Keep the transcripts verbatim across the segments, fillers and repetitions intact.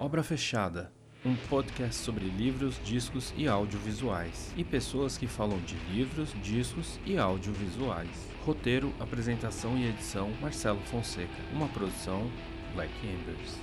Obra Fechada, um podcast sobre livros, discos e audiovisuais, e pessoas que falam de livros, discos e audiovisuais. Roteiro, apresentação e edição, Marcelo Fonseca. Uma produção, Black Embers.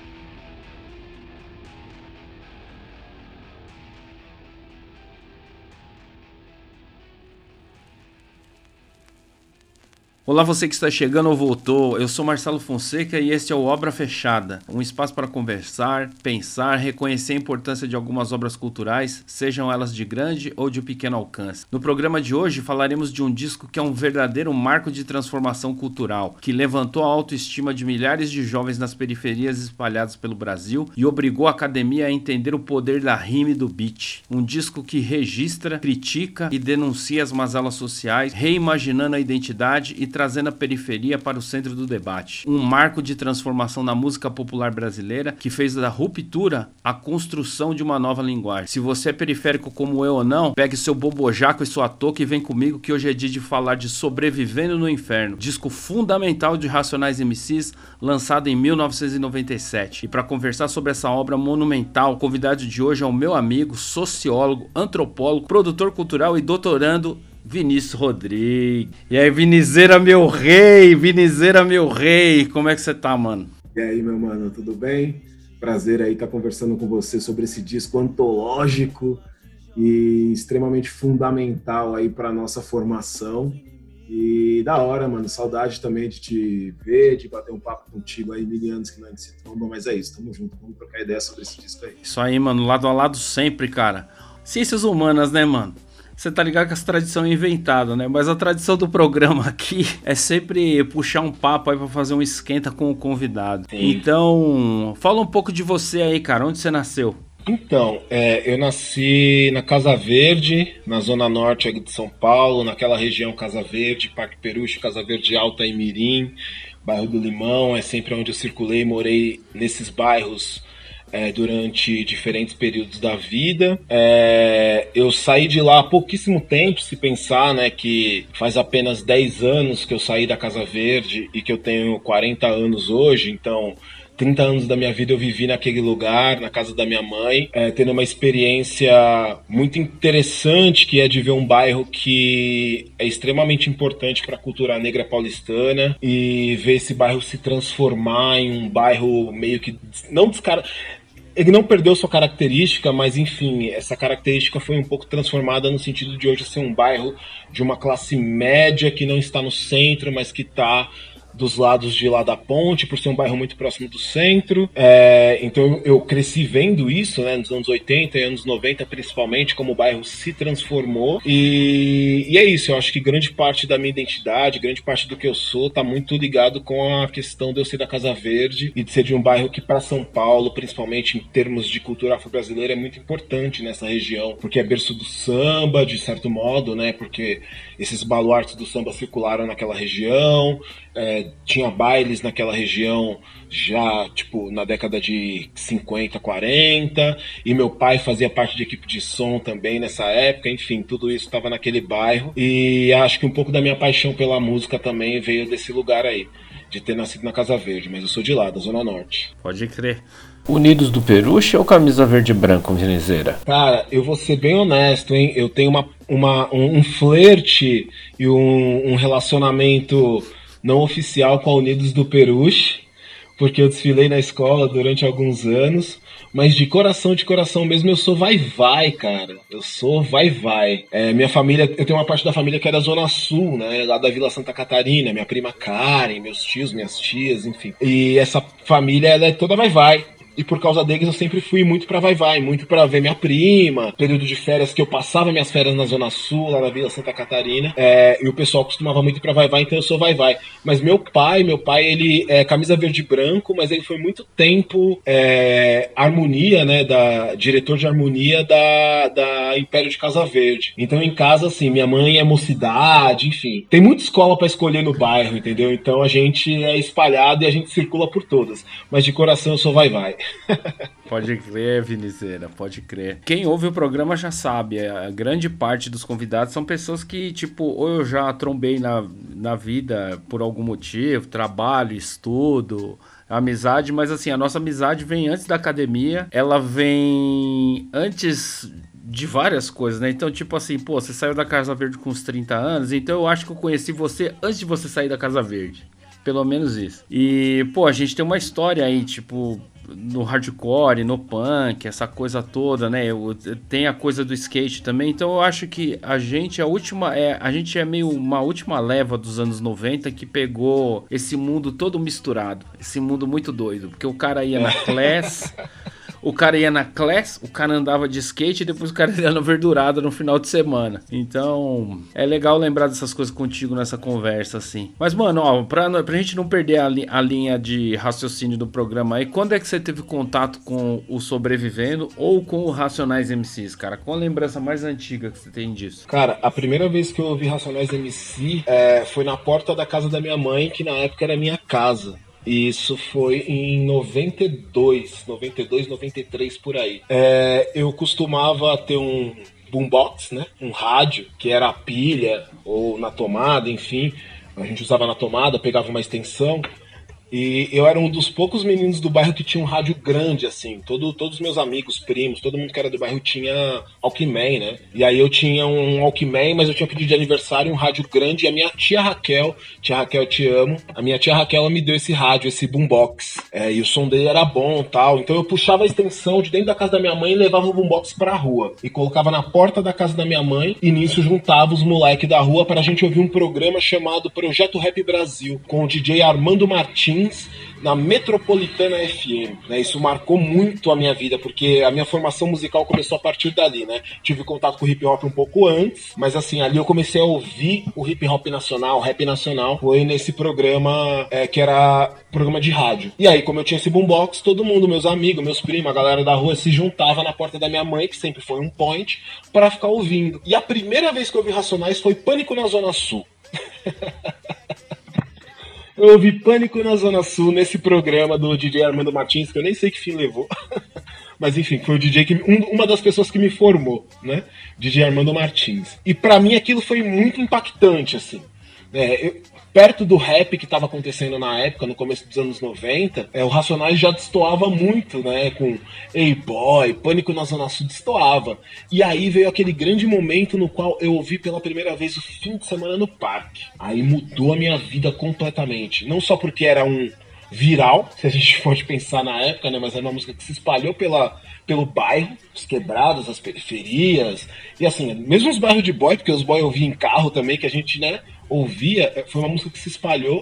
Olá, você que está chegando ou voltou, eu sou Marcelo Fonseca e este é o Obra Fechada, um espaço para conversar, pensar, reconhecer a importância de algumas obras culturais, sejam elas de grande ou de pequeno alcance. No programa de hoje falaremos de um disco que é um verdadeiro marco de transformação cultural, que levantou a autoestima de milhares de jovens nas periferias espalhadas pelo Brasil e obrigou a academia a entender o poder da rima e do beat. Um disco que registra, critica e denuncia as mazelas sociais, reimaginando a identidade e trazendo a periferia para o centro do debate. Um marco de transformação na música popular brasileira que fez da ruptura a construção de uma nova linguagem. Se você é periférico como eu ou não, pegue seu bobojaco e sua touca e vem comigo que hoje é dia de falar de Sobrevivendo no Inferno, disco fundamental de Racionais M Cs, lançado em mil novecentos e noventa e sete. E para conversar sobre essa obra monumental, o convidado de hoje é o meu amigo, sociólogo, antropólogo, produtor cultural e doutorando Vinícius Rodrigues. E aí, Vinizeira, meu rei, Vinizeira, meu rei, como é que você tá, mano? E aí, meu mano, tudo bem? Prazer aí estar conversando com você sobre esse disco antológico e extremamente fundamental aí para nossa formação. E da hora, mano, saudade também de te ver, de bater um papo contigo aí, mil anos que não se tromba, mas é isso, tamo junto, vamos trocar ideia sobre esse disco aí. Isso aí, mano, lado a lado sempre, cara. Ciências humanas, né, mano? Você tá ligado que essa tradição é inventada, né? Mas a tradição do programa aqui é sempre puxar um papo aí pra fazer um esquenta com o convidado. Sim. Então, fala um pouco de você aí, cara. Onde você nasceu? Então, é, eu nasci na Casa Verde, na zona norte aqui de São Paulo, naquela região Casa Verde, Parque Peruche, Casa Verde Alta e Mirim, bairro do Limão, é sempre onde eu circulei, morei nesses bairros É, durante diferentes períodos da vida. É, eu saí de lá há pouquíssimo tempo, se pensar, né, que faz apenas dez anos que eu saí da Casa Verde e que eu tenho quarenta anos hoje, então trinta anos da minha vida eu vivi naquele lugar, na casa da minha mãe, é, tendo uma experiência muito interessante, que é de ver um bairro que é extremamente importante para a cultura negra paulistana e ver esse bairro se transformar em um bairro meio que não descara... Ele não perdeu sua característica, mas enfim, essa característica foi um pouco transformada no sentido de hoje ser um bairro de uma classe média que não está no centro, mas que está dos lados de lá da ponte, por ser um bairro muito próximo do centro. É, então eu cresci vendo isso, né, nos anos oitenta e anos noventa, principalmente, como o bairro se transformou. E, e é isso, eu acho que grande parte da minha identidade, grande parte do que eu sou, está muito ligado com a questão de eu ser da Casa Verde e de ser de um bairro que, para São Paulo, principalmente em termos de cultura afro-brasileira, é muito importante nessa região, porque é berço do samba, de certo modo, né, porque esses baluartes do samba circularam naquela região. É, tinha bailes naquela região já, tipo, na década de cinquenta, quarenta, e meu pai fazia parte de equipe de som também nessa época, enfim, tudo isso estava naquele bairro, e acho que um pouco da minha paixão pela música também veio desse lugar aí, de ter nascido na Casa Verde, mas eu sou de lá, da Zona Norte. Pode crer. Unidos do Peruche ou Camisa Verde e Branco, Vinizeira? Cara, eu vou ser bem honesto, hein, eu tenho uma, uma, um, um flerte e um, um relacionamento não oficial com a Unidos do Peruche, porque eu desfilei na escola durante alguns anos, mas de coração, de coração mesmo, eu sou vai-vai, cara. Eu sou vai-vai. É, minha família, eu tenho uma parte da família que é da Zona Sul, né, lá da Vila Santa Catarina, minha prima Karen, meus tios, minhas tias, enfim. E essa família, ela é toda vai-vai. E por causa deles eu sempre fui muito pra vai-vai, muito pra ver minha prima, período de férias que eu passava minhas férias na Zona Sul, lá na Vila Santa Catarina, é, e o pessoal costumava muito ir pra vai-vai, então eu sou vai-vai. Mas meu pai, meu pai, ele é camisa verde e branco, mas ele foi muito tempo é, harmonia, né, da, diretor de harmonia da, da Império de Casa Verde. Então em casa, assim, minha mãe é mocidade, enfim. Tem muita escola pra escolher no bairro, entendeu? Então a gente é espalhado e a gente circula por todas. Mas de coração eu sou vai-vai. Pode crer, Vinizeira, pode crer. Quem ouve o programa já sabe, a grande parte dos convidados são pessoas que, tipo, ou eu já trombei na, na vida por algum motivo, trabalho, estudo, a amizade, mas assim, a nossa amizade vem antes da academia, ela vem antes de várias coisas, né? Então, tipo assim, pô, você saiu da Casa Verde com uns trinta anos, então eu acho que eu conheci você antes de você sair da Casa Verde. Pelo menos isso. E, pô, a gente tem uma história aí, tipo, no hardcore, no punk, essa coisa toda, né? Eu, tem a coisa do skate também. Então eu acho que a gente, a última, é, a gente é meio uma última leva dos anos noventa que pegou esse mundo todo misturado. Esse mundo muito doido. Porque o cara ia na Class... O cara ia na Class, o cara andava de skate e depois o cara ia na verdurada no final de semana. Então, é legal lembrar dessas coisas contigo nessa conversa, assim. Mas, mano, ó, pra, pra gente não perder a, li, a linha de raciocínio do programa aí, quando é que você teve contato com o Sobrevivendo ou com o Racionais M Cs, cara? Qual a lembrança mais antiga que você tem disso? Cara, a primeira vez que eu ouvi Racionais M C é, foi na porta da casa da minha mãe, que na época era minha casa. E isso foi em noventa e dois, noventa e dois, noventa e três, por aí. É, eu costumava ter um boombox, né? Um rádio, que era a pilha ou na tomada, enfim. A gente usava na tomada, pegava uma extensão. E eu era um dos poucos meninos do bairro que tinha um rádio grande, assim. Todo, todos os meus amigos, primos, todo mundo que era do bairro tinha Walkman, né? E aí eu tinha um Walkman, mas eu tinha pedido de aniversário um rádio grande. E a minha tia Raquel, tia Raquel, te amo. A minha tia Raquel, ela me deu esse rádio, esse boombox. É, e o som dele era bom e tal. Então eu puxava a extensão de dentro da casa da minha mãe e levava o boombox pra rua. E colocava na porta da casa da minha mãe. E nisso juntava os moleques da rua pra gente ouvir um programa chamado Projeto Rap Brasil, com o D J Armando Martins, na Metropolitana F M, né? Isso marcou muito a minha vida, porque a minha formação musical começou a partir dali, né? Tive contato com o hip hop um pouco antes, mas assim, ali eu comecei a ouvir o hip hop nacional, o rap nacional, foi nesse programa é, que era programa de rádio. E aí, como eu tinha esse boombox, todo mundo, meus amigos, meus primos, a galera da rua se juntava na porta da minha mãe, que sempre foi um point, para ficar ouvindo. E a primeira vez que eu ouvi Racionais foi Pânico na Zona Sul. Eu ouvi Pânico na Zona Sul nesse programa do D J Armando Martins, que eu nem sei que fim levou. Mas enfim, foi o D J que um, uma das pessoas que me formou, né? D J Armando Martins. E pra mim aquilo foi muito impactante, assim. É, eu, perto do rap que estava acontecendo na época, no começo dos anos noventa, é, o Racionais já destoava muito, né? Com Ei Boy, Pânico na Zona Sul, destoava. E aí veio aquele grande momento no qual eu ouvi pela primeira vez o Fim de Semana no Parque. Aí mudou a minha vida completamente. Não só porque era um viral, se a gente pode pensar na época, né? Mas era uma música que se espalhou pela, pelo bairro, os quebrados, as periferias. E assim, mesmo os bairros de boy, porque os boy eu ouvia em carro também, que a gente, né, ouvia, foi uma música que se espalhou.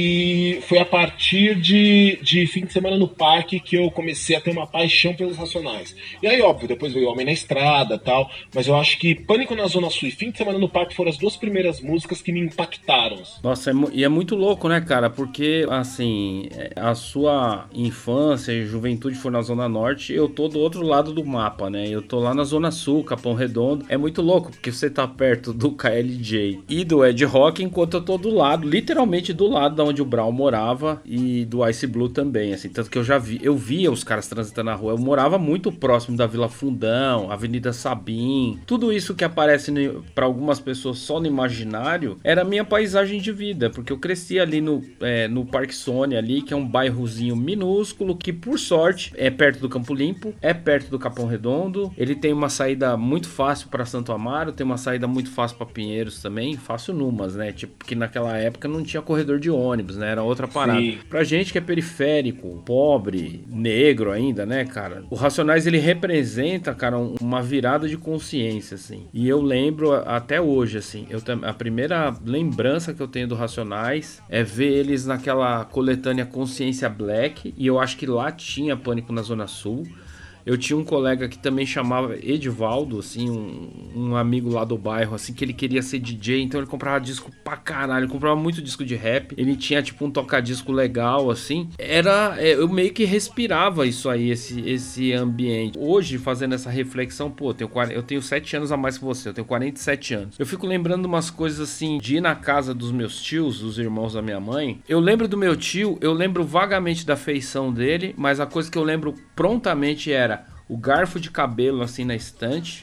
E foi a partir de, de Fim de Semana no Parque que eu comecei a ter uma paixão pelos Racionais. E aí, óbvio, depois veio Homem na Estrada e tal, mas eu acho que Pânico na Zona Sul e Fim de Semana no Parque foram as duas primeiras músicas que me impactaram. Nossa, é, e é muito louco, né, cara? Porque, assim, a sua infância e juventude foi na Zona Norte, eu tô do outro lado do mapa, né? Eu tô lá na Zona Sul, Capão Redondo. É muito louco, porque você tá perto do K L J e do Ed Rock, enquanto eu tô do lado, literalmente do lado da onde o Brown morava e do Ice Blue também, assim. Tanto que eu já vi, eu via os caras transitando na rua. Eu morava muito próximo da Vila Fundão, Avenida Sabim. Tudo isso que aparece para algumas pessoas só no imaginário era a minha paisagem de vida, porque eu cresci ali no, é, no Parque Sônia ali, que é um bairrozinho minúsculo, que por sorte é perto do Campo Limpo, é perto do Capão Redondo. Ele tem uma saída muito fácil para Santo Amaro, tem uma saída muito fácil para Pinheiros também, fácil numas, né? Tipo, porque naquela época não tinha corredor de ônibus, né? Era outra parada. Sim. Pra gente que é periférico, pobre, negro ainda, né, cara? O Racionais, ele representa, cara, uma virada de consciência, assim. E eu lembro até hoje, assim, eu, a primeira lembrança que eu tenho do Racionais é ver eles naquela coletânea Consciência Black, e eu acho que lá tinha Pânico na Zona Sul. Eu tinha um colega que também chamava Edivaldo, assim, um, um amigo lá do bairro, assim, que ele queria ser D J, então ele comprava disco pra caralho, ele comprava muito disco de rap, ele tinha, tipo, um tocadisco legal, assim. Era, eu meio que respirava isso aí, esse, esse ambiente. Hoje, fazendo essa reflexão, pô, eu tenho, eu tenho sete anos a mais que você, eu tenho quarenta e sete anos. Eu fico lembrando umas coisas, assim, de ir na casa dos meus tios, dos irmãos da minha mãe. Eu lembro do meu tio, eu lembro vagamente da feição dele, mas a coisa que eu lembro prontamente era o garfo de cabelo assim na estante,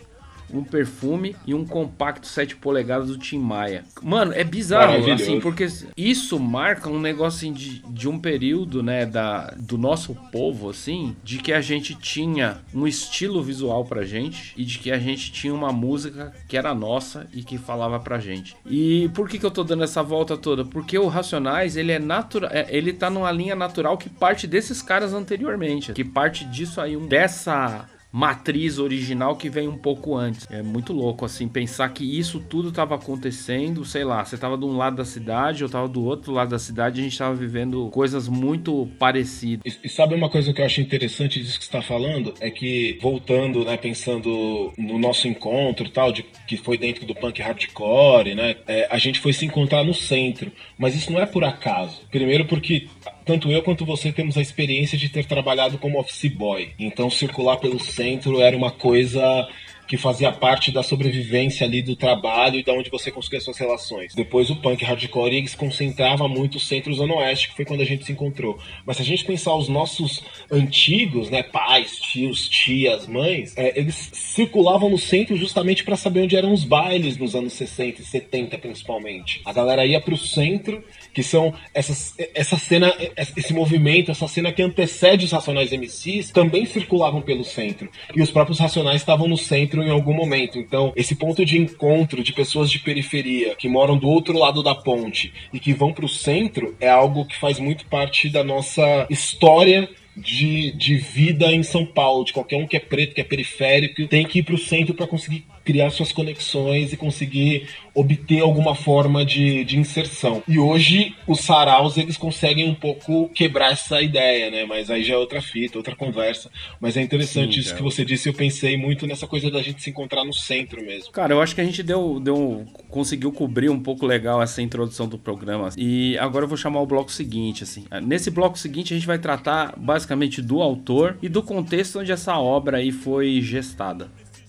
um perfume e um compacto sete polegadas do Tim Maia. Mano, é bizarro, assim, porque isso marca um negócio assim, de, de um período, né, da, do nosso povo, assim, de que a gente tinha um estilo visual pra gente e de que a gente tinha uma música que era nossa e que falava pra gente. E por que que eu tô dando essa volta toda? Porque o Racionais, ele é natural, ele tá numa linha natural que parte desses caras anteriormente, que parte disso aí, um, dessa matriz original que vem um pouco antes. É muito louco, assim, pensar que isso tudo tava acontecendo, sei lá, você tava de um lado da cidade, eu tava do outro lado da cidade, a gente tava vivendo coisas muito parecidas. E, e sabe uma coisa que eu acho interessante disso que você tá falando? É que, voltando, né, pensando no nosso encontro, tal, de, que foi dentro do punk hardcore, né, é, a gente foi se encontrar no centro, mas isso não é por acaso. Primeiro porque tanto eu quanto você temos a experiência de ter trabalhado como office boy. Então circular pelo centro era uma coisa que fazia parte da sobrevivência ali do trabalho e da onde você conseguia suas relações. Depois o punk hardcore ele se concentrava muito no centro-zona oeste, que foi quando a gente se encontrou. Mas se a gente pensar os nossos antigos, né, pais, tios, tias, mães, é, eles circulavam no centro justamente para saber onde eram os bailes nos anos sessenta e setenta principalmente. A galera ia pro centro, que são essas, essa cena, esse movimento, essa cena que antecede os Racionais M Cs, também circulavam pelo centro. E os próprios Racionais estavam no centro em algum momento. Então, esse ponto de encontro de pessoas de periferia que moram do outro lado da ponte e que vão pro centro é algo que faz muito parte da nossa história de, de vida em São Paulo. De qualquer um que é preto, que é periférico, tem que ir pro centro para conseguir criar suas conexões e conseguir obter alguma forma de, de inserção. E hoje os saraus eles conseguem um pouco quebrar essa ideia, né? Mas aí já é outra fita, outra conversa. Mas é interessante. Sim, isso que você disse, eu pensei muito nessa coisa da gente se encontrar no centro mesmo. Cara, eu acho que a gente deu, deu, conseguiu cobrir um pouco legal essa introdução do programa. E agora eu vou chamar o bloco seguinte, assim. Nesse bloco seguinte a gente vai tratar basicamente do autor e do contexto onde essa obra aí foi gestada.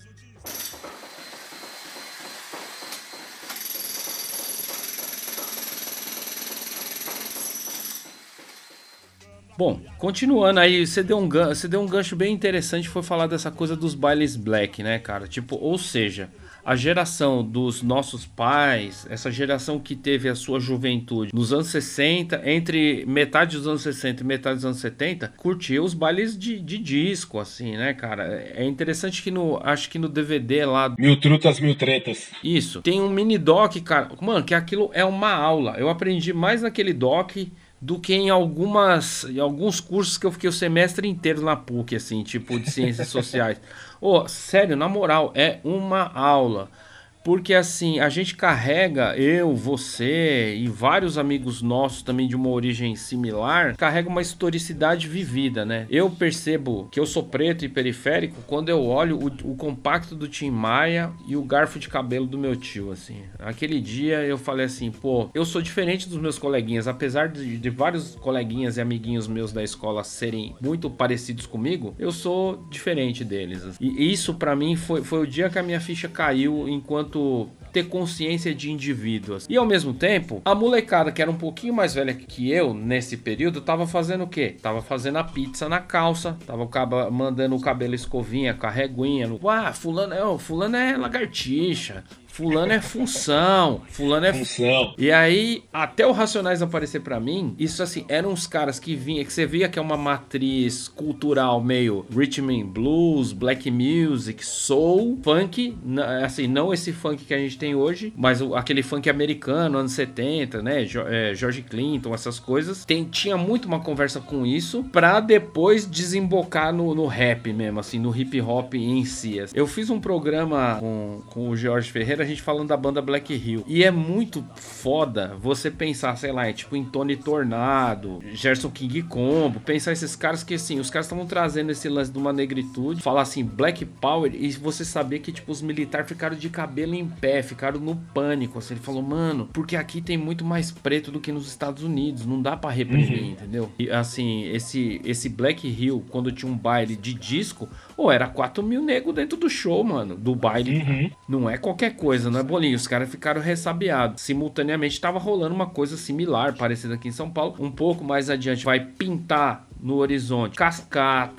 Bom, continuando aí, você deu, um gancho, você deu um gancho bem interessante, foi falar dessa coisa dos bailes black, né, cara? Tipo, ou seja, a geração dos nossos pais, essa geração que teve a sua juventude nos anos sessenta, entre metade dos anos sessenta e metade dos anos setenta, curtia os bailes de, de disco, assim, né, cara? É interessante que no, acho que no D V D lá... Mil trutas, mil tretas. Isso, tem um mini doc, cara, mano, que aquilo é uma aula. Eu aprendi mais naquele doc do que em algumas em alguns cursos que eu fiquei o semestre inteiro na P U C, assim, tipo de ciências sociais. Ô, oh, sério, na moral, é uma aula. Porque assim, a gente carrega, eu, você e vários amigos nossos também de uma origem similar, carrega uma historicidade vivida, né? Eu percebo que eu sou preto e periférico quando eu olho o, o compacto do Tim Maia e o garfo de cabelo do meu tio, assim. Aquele dia eu falei assim, pô, eu sou diferente dos meus coleguinhas, apesar de, de vários coleguinhas e amiguinhos meus da escola serem muito parecidos comigo, eu sou diferente deles. Assim. E isso pra mim foi, foi o dia que a minha ficha caiu enquanto ter consciência de indivíduos. E ao mesmo tempo, a molecada que era um pouquinho mais velha que eu nesse período tava fazendo o quê? Tava fazendo a pizza na calça, tava mandando o cabelo escovinha com a reguinha. No... Ah, fulano é, fulano é lagartixa. Fulano é função, fulano é função. E aí, até o Racionais aparecer pra mim, isso assim, eram uns caras que vinha, que você via que é uma matriz cultural meio rhythm and blues, black music, soul, funk, assim, não esse funk que a gente tem hoje, mas aquele funk americano, anos setenta, né, George Clinton, essas coisas. Tem, tinha muito uma conversa com isso, pra depois desembocar no, no rap mesmo, assim, no hip hop em si. Eu fiz um programa com, com o Jorge Ferreira, a gente falando da banda Black Hill. E é muito foda você pensar, sei lá, é tipo em Tony Tornado, Gerson King Combo, pensar esses caras que assim, os caras estavam trazendo esse lance de uma negritude, falar assim, Black Power, e você saber que tipo os militares ficaram de cabelo em pé, ficaram no pânico, assim, ele falou, mano, porque aqui tem muito mais preto do que nos Estados Unidos, não dá pra reprimir, uhum. Entendeu? E assim, esse, esse Black Hill, quando tinha um baile de disco, ou era quatro mil negros dentro do show, mano, do baile, uhum. Não é qualquer coisa. Não é bolinho, os caras ficaram ressabiados. Simultaneamente tava rolando uma coisa similar, parecida aqui em São Paulo. Um pouco mais adiante vai pintar no horizonte cascatas,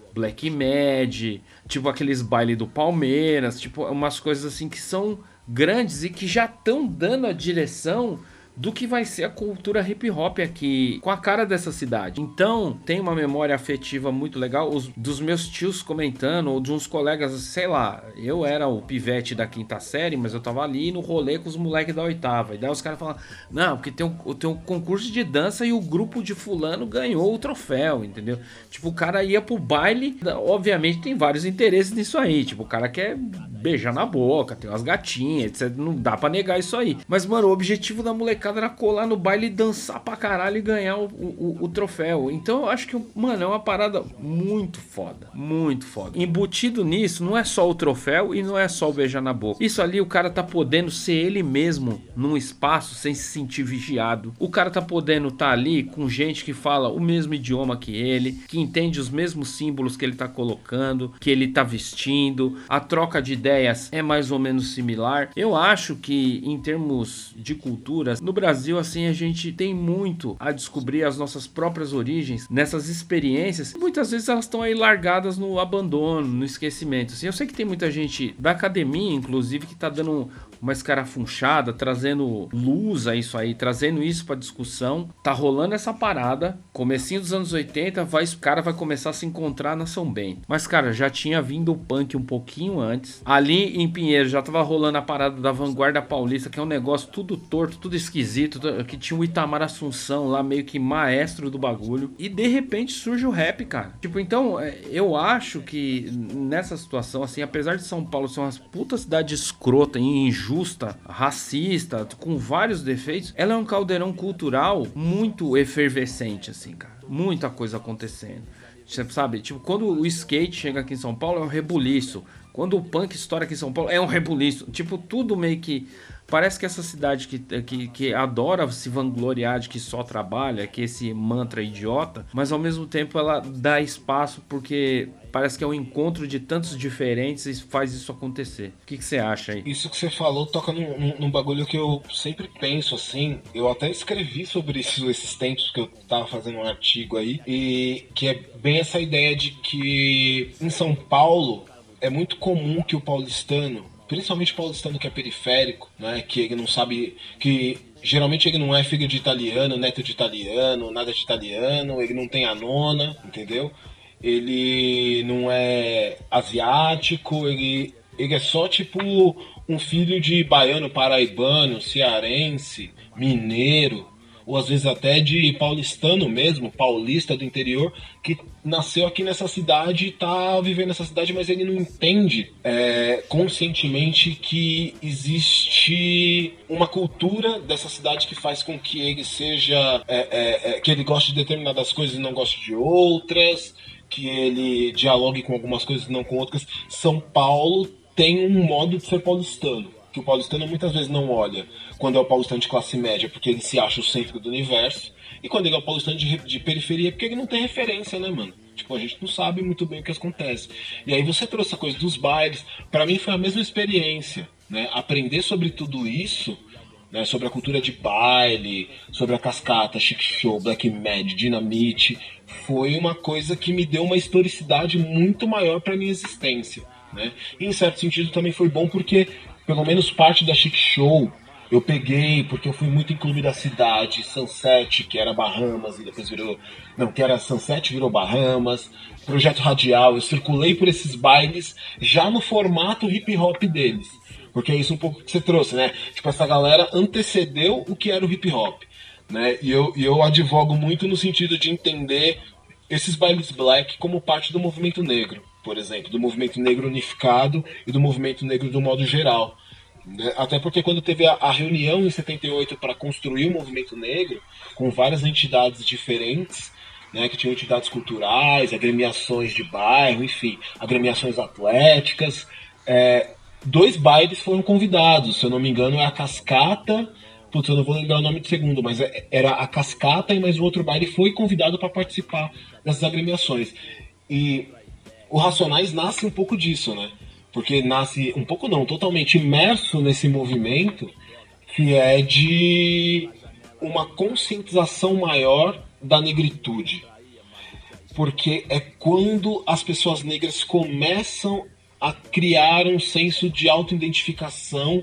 Black Mad, tipo aqueles baile do Palmeiras, tipo umas coisas assim que são grandes e que já estão dando a direção do que vai ser a cultura hip hop aqui, com a cara dessa cidade. Então, tem uma memória afetiva muito legal, os, dos meus tios comentando, ou de uns colegas, sei lá, eu era o pivete da quinta série, mas eu tava ali no rolê com os moleques da oitava, e daí os caras falam, não, porque tem um, tem um concurso de dança e o grupo de fulano ganhou o troféu, entendeu? Tipo, o cara ia pro baile, obviamente tem vários interesses nisso aí, tipo, o cara quer beijar na boca, tem umas gatinhas, etcétera, não dá pra negar isso aí. Mas, mano, o objetivo da molecada era colar no baile e dançar pra caralho e ganhar o, o, o troféu. Então eu acho que, mano, é uma parada muito foda. Muito foda. Embutido nisso, não é só o troféu e não é só o beijar na boca. Isso ali, o cara tá podendo ser ele mesmo num espaço sem se sentir vigiado. O cara tá podendo tá ali com gente que fala o mesmo idioma que ele, que entende os mesmos símbolos que ele tá colocando, que ele tá vestindo. A troca de ideias é mais ou menos similar. Eu acho que, em termos de culturas, no Brasil, assim, a gente tem muito a descobrir as nossas próprias origens nessas experiências. Muitas vezes elas estão aí largadas no abandono, no esquecimento. Assim, eu sei que tem muita gente da academia, inclusive, que tá dando uma escarafunchada, trazendo luz a isso aí, trazendo isso pra discussão. Tá rolando essa parada. Comecinho dos anos oitenta, vai, o cara vai começar a se encontrar na São Bento. Mas, cara, já tinha vindo o punk um pouquinho antes. Ali em Pinheiro já tava rolando a parada da Vanguarda Paulista, que é um negócio tudo torto, tudo esquisito, que tinha o Itamar Assunção lá, meio que maestro do bagulho. E de repente surge o rap, cara. Tipo, então, eu acho que nessa situação, assim, apesar de São Paulo ser uma puta cidade escrota e injusta, racista, com vários defeitos, ela é um caldeirão cultural muito efervescente, assim, cara. Muita coisa acontecendo. Você sabe, tipo, quando o skate chega aqui em São Paulo é um rebuliço. Quando o punk estoura aqui em São Paulo é um rebuliço. Tipo, tudo meio que... Parece que essa cidade que, que, que adora se vangloriar de que só trabalha, que esse mantra idiota, mas ao mesmo tempo ela dá espaço porque parece que é um encontro de tantos diferentes e faz isso acontecer. O que, que você acha aí? Isso que você falou toca num, num, num bagulho que eu sempre penso, assim. Eu até escrevi sobre isso esses tempos que eu tava fazendo um artigo aí, e que é bem essa ideia de que em São Paulo é muito comum que o paulistano, principalmente o paulistano que é periférico, né, que ele não sabe, que geralmente ele não é filho de italiano, neto de italiano, nada de italiano, ele não tem a nona, entendeu? Ele não é asiático, ele, ele é só tipo um filho de baiano, paraibano, cearense, mineiro, ou às vezes até de paulistano mesmo, paulista do interior, que nasceu aqui nessa cidade e tá vivendo nessa cidade, mas ele não entende é, conscientemente que existe uma cultura dessa cidade que faz com que ele seja, é, é, é, que ele goste de determinadas coisas e não goste de outras, que ele dialogue com algumas coisas e não com outras. São Paulo tem um modo de ser paulistano, que o paulistano muitas vezes não olha quando é o paulistano de classe média, porque ele se acha o centro do universo, e quando ele é o paulistano de, de periferia, porque ele não tem referência, né, mano? Tipo, a gente não sabe muito bem o que acontece. E aí você trouxe a coisa dos bailes, pra mim foi a mesma experiência, né? Aprender sobre tudo isso, né, sobre a cultura de baile, sobre a cascata, chic show, black mad, dinamite, foi uma coisa que me deu uma historicidade muito maior pra minha existência, né? E em certo sentido também foi bom porque pelo menos parte da chic show eu peguei, porque eu fui muito em clube da cidade, Sunset, que era Bahamas, e depois virou... Não, que era Sunset, virou Bahamas, Projeto Radial, eu circulei por esses bailes já no formato hip hop deles. Porque é isso um pouco que você trouxe, né? Tipo, essa galera antecedeu o que era o hip hop, né? E eu, e eu advogo muito no sentido de entender esses bailes black como parte do movimento negro, por exemplo, do movimento negro unificado e do movimento negro do modo geral. Até porque quando teve a, a reunião em setenta e oito para construir o movimento negro, com várias entidades diferentes, né, que tinham entidades culturais, agremiações de bairro, enfim, agremiações atléticas, é, dois bailes foram convidados, se eu não me engano é a Cascata, putz, eu não vou lembrar o nome do segundo, mas era a Cascata e mais um outro baile foi convidado para participar dessas agremiações. E o Racionais nasce um pouco disso, né? Porque nasce um pouco não, totalmente imerso nesse movimento que é de uma conscientização maior da negritude. porque é quando as pessoas negras começam a criar um senso de autoidentificação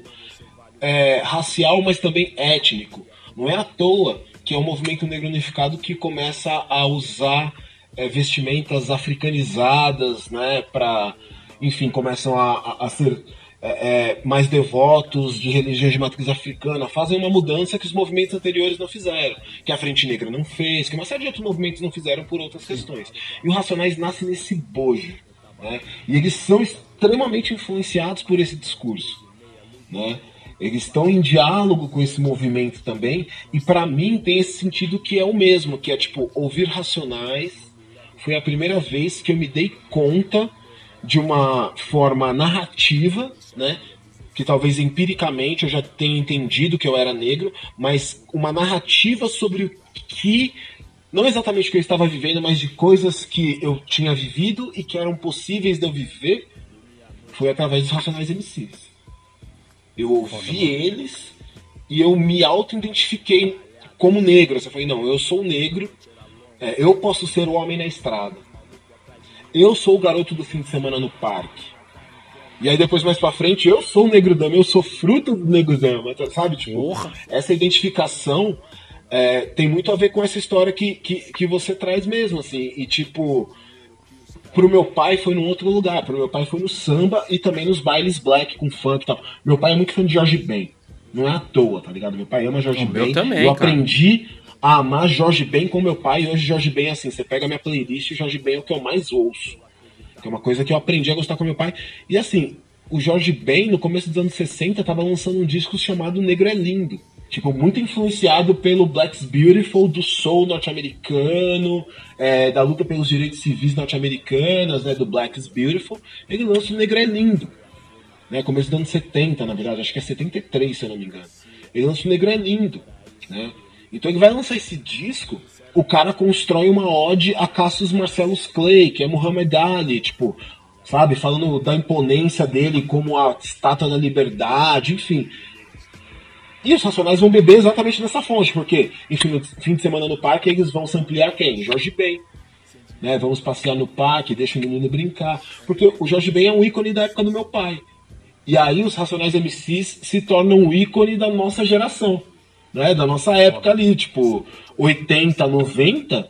é, racial, mas também étnico. Não é à toa que é o movimento negro unificado que começa a usar é, vestimentas africanizadas, né, para, enfim, começam a, a, a ser é, é, mais devotos de religiões de matriz africana, fazem uma mudança que os movimentos anteriores não fizeram, que a Frente Negra não fez, que uma série de outros movimentos não fizeram por outras questões. E o Racionais nasce nesse bojo, né, e eles são extremamente influenciados por esse discurso, né? Eles estão em diálogo com esse movimento também, e para mim tem esse sentido que é o mesmo, que é tipo, ouvir Racionais foi a primeira vez que eu me dei conta de uma forma narrativa, né, que talvez empiricamente eu já tenha entendido que eu era negro, mas uma narrativa sobre o que, não exatamente o que eu estava vivendo, mas de coisas que eu tinha vivido e que eram possíveis de eu viver, foi através dos Racionais M Cs. Eu ouvi eles e eu me auto-identifiquei como negro. Eu falei, não, eu sou negro, é, eu posso ser o homem na estrada. Eu sou o garoto do fim de semana no parque. E aí depois, mais pra frente, eu sou o Negro Dama, eu sou fruto do Negro Dama, sabe? Tipo, Porra. Essa identificação é, tem muito a ver com essa história que, que, que você traz mesmo, assim. E tipo, pro meu pai foi num outro lugar. Pro meu pai foi no samba e também nos bailes black com funk e tal. Meu pai é muito fã de Jorge Ben. Não é à toa, tá ligado? Meu pai ama Jorge Ben. Eu também, Eu cara. aprendi a amar Jorge Ben com meu pai. E hoje Jorge Ben é assim, você pega a minha playlist e Jorge Ben é o que eu mais ouço. Que é uma coisa que eu aprendi a gostar com meu pai. E assim, o Jorge Ben, no começo dos anos sessenta, tava lançando um disco chamado Negro é Lindo. Tipo, muito influenciado pelo Black's Beautiful, do soul norte-americano, é, da luta pelos direitos civis norte-americanas, né, do Black's Beautiful. Ele lança o Negro é Lindo, né, começo dos anos setenta, na verdade, acho que é setenta e três, se eu não me engano. Ele lança o Negro é Lindo, né. Então ele vai lançar esse disco, o cara constrói uma ode a Cassius Marcellus Clay, que é Muhammad Ali, tipo, sabe, falando da imponência dele como a estátua da liberdade, enfim. E os Racionais vão beber exatamente nessa fonte, porque, enfim, no fim de semana no parque eles vão samplear quem? Jorge Ben. Né? Vamos passear no parque, deixa o menino brincar. Porque o Jorge Ben é um ícone da época do meu pai. E aí os Racionais M Cs se tornam um ícone da nossa geração. Né? Da nossa época ali, tipo, oitenta, noventa,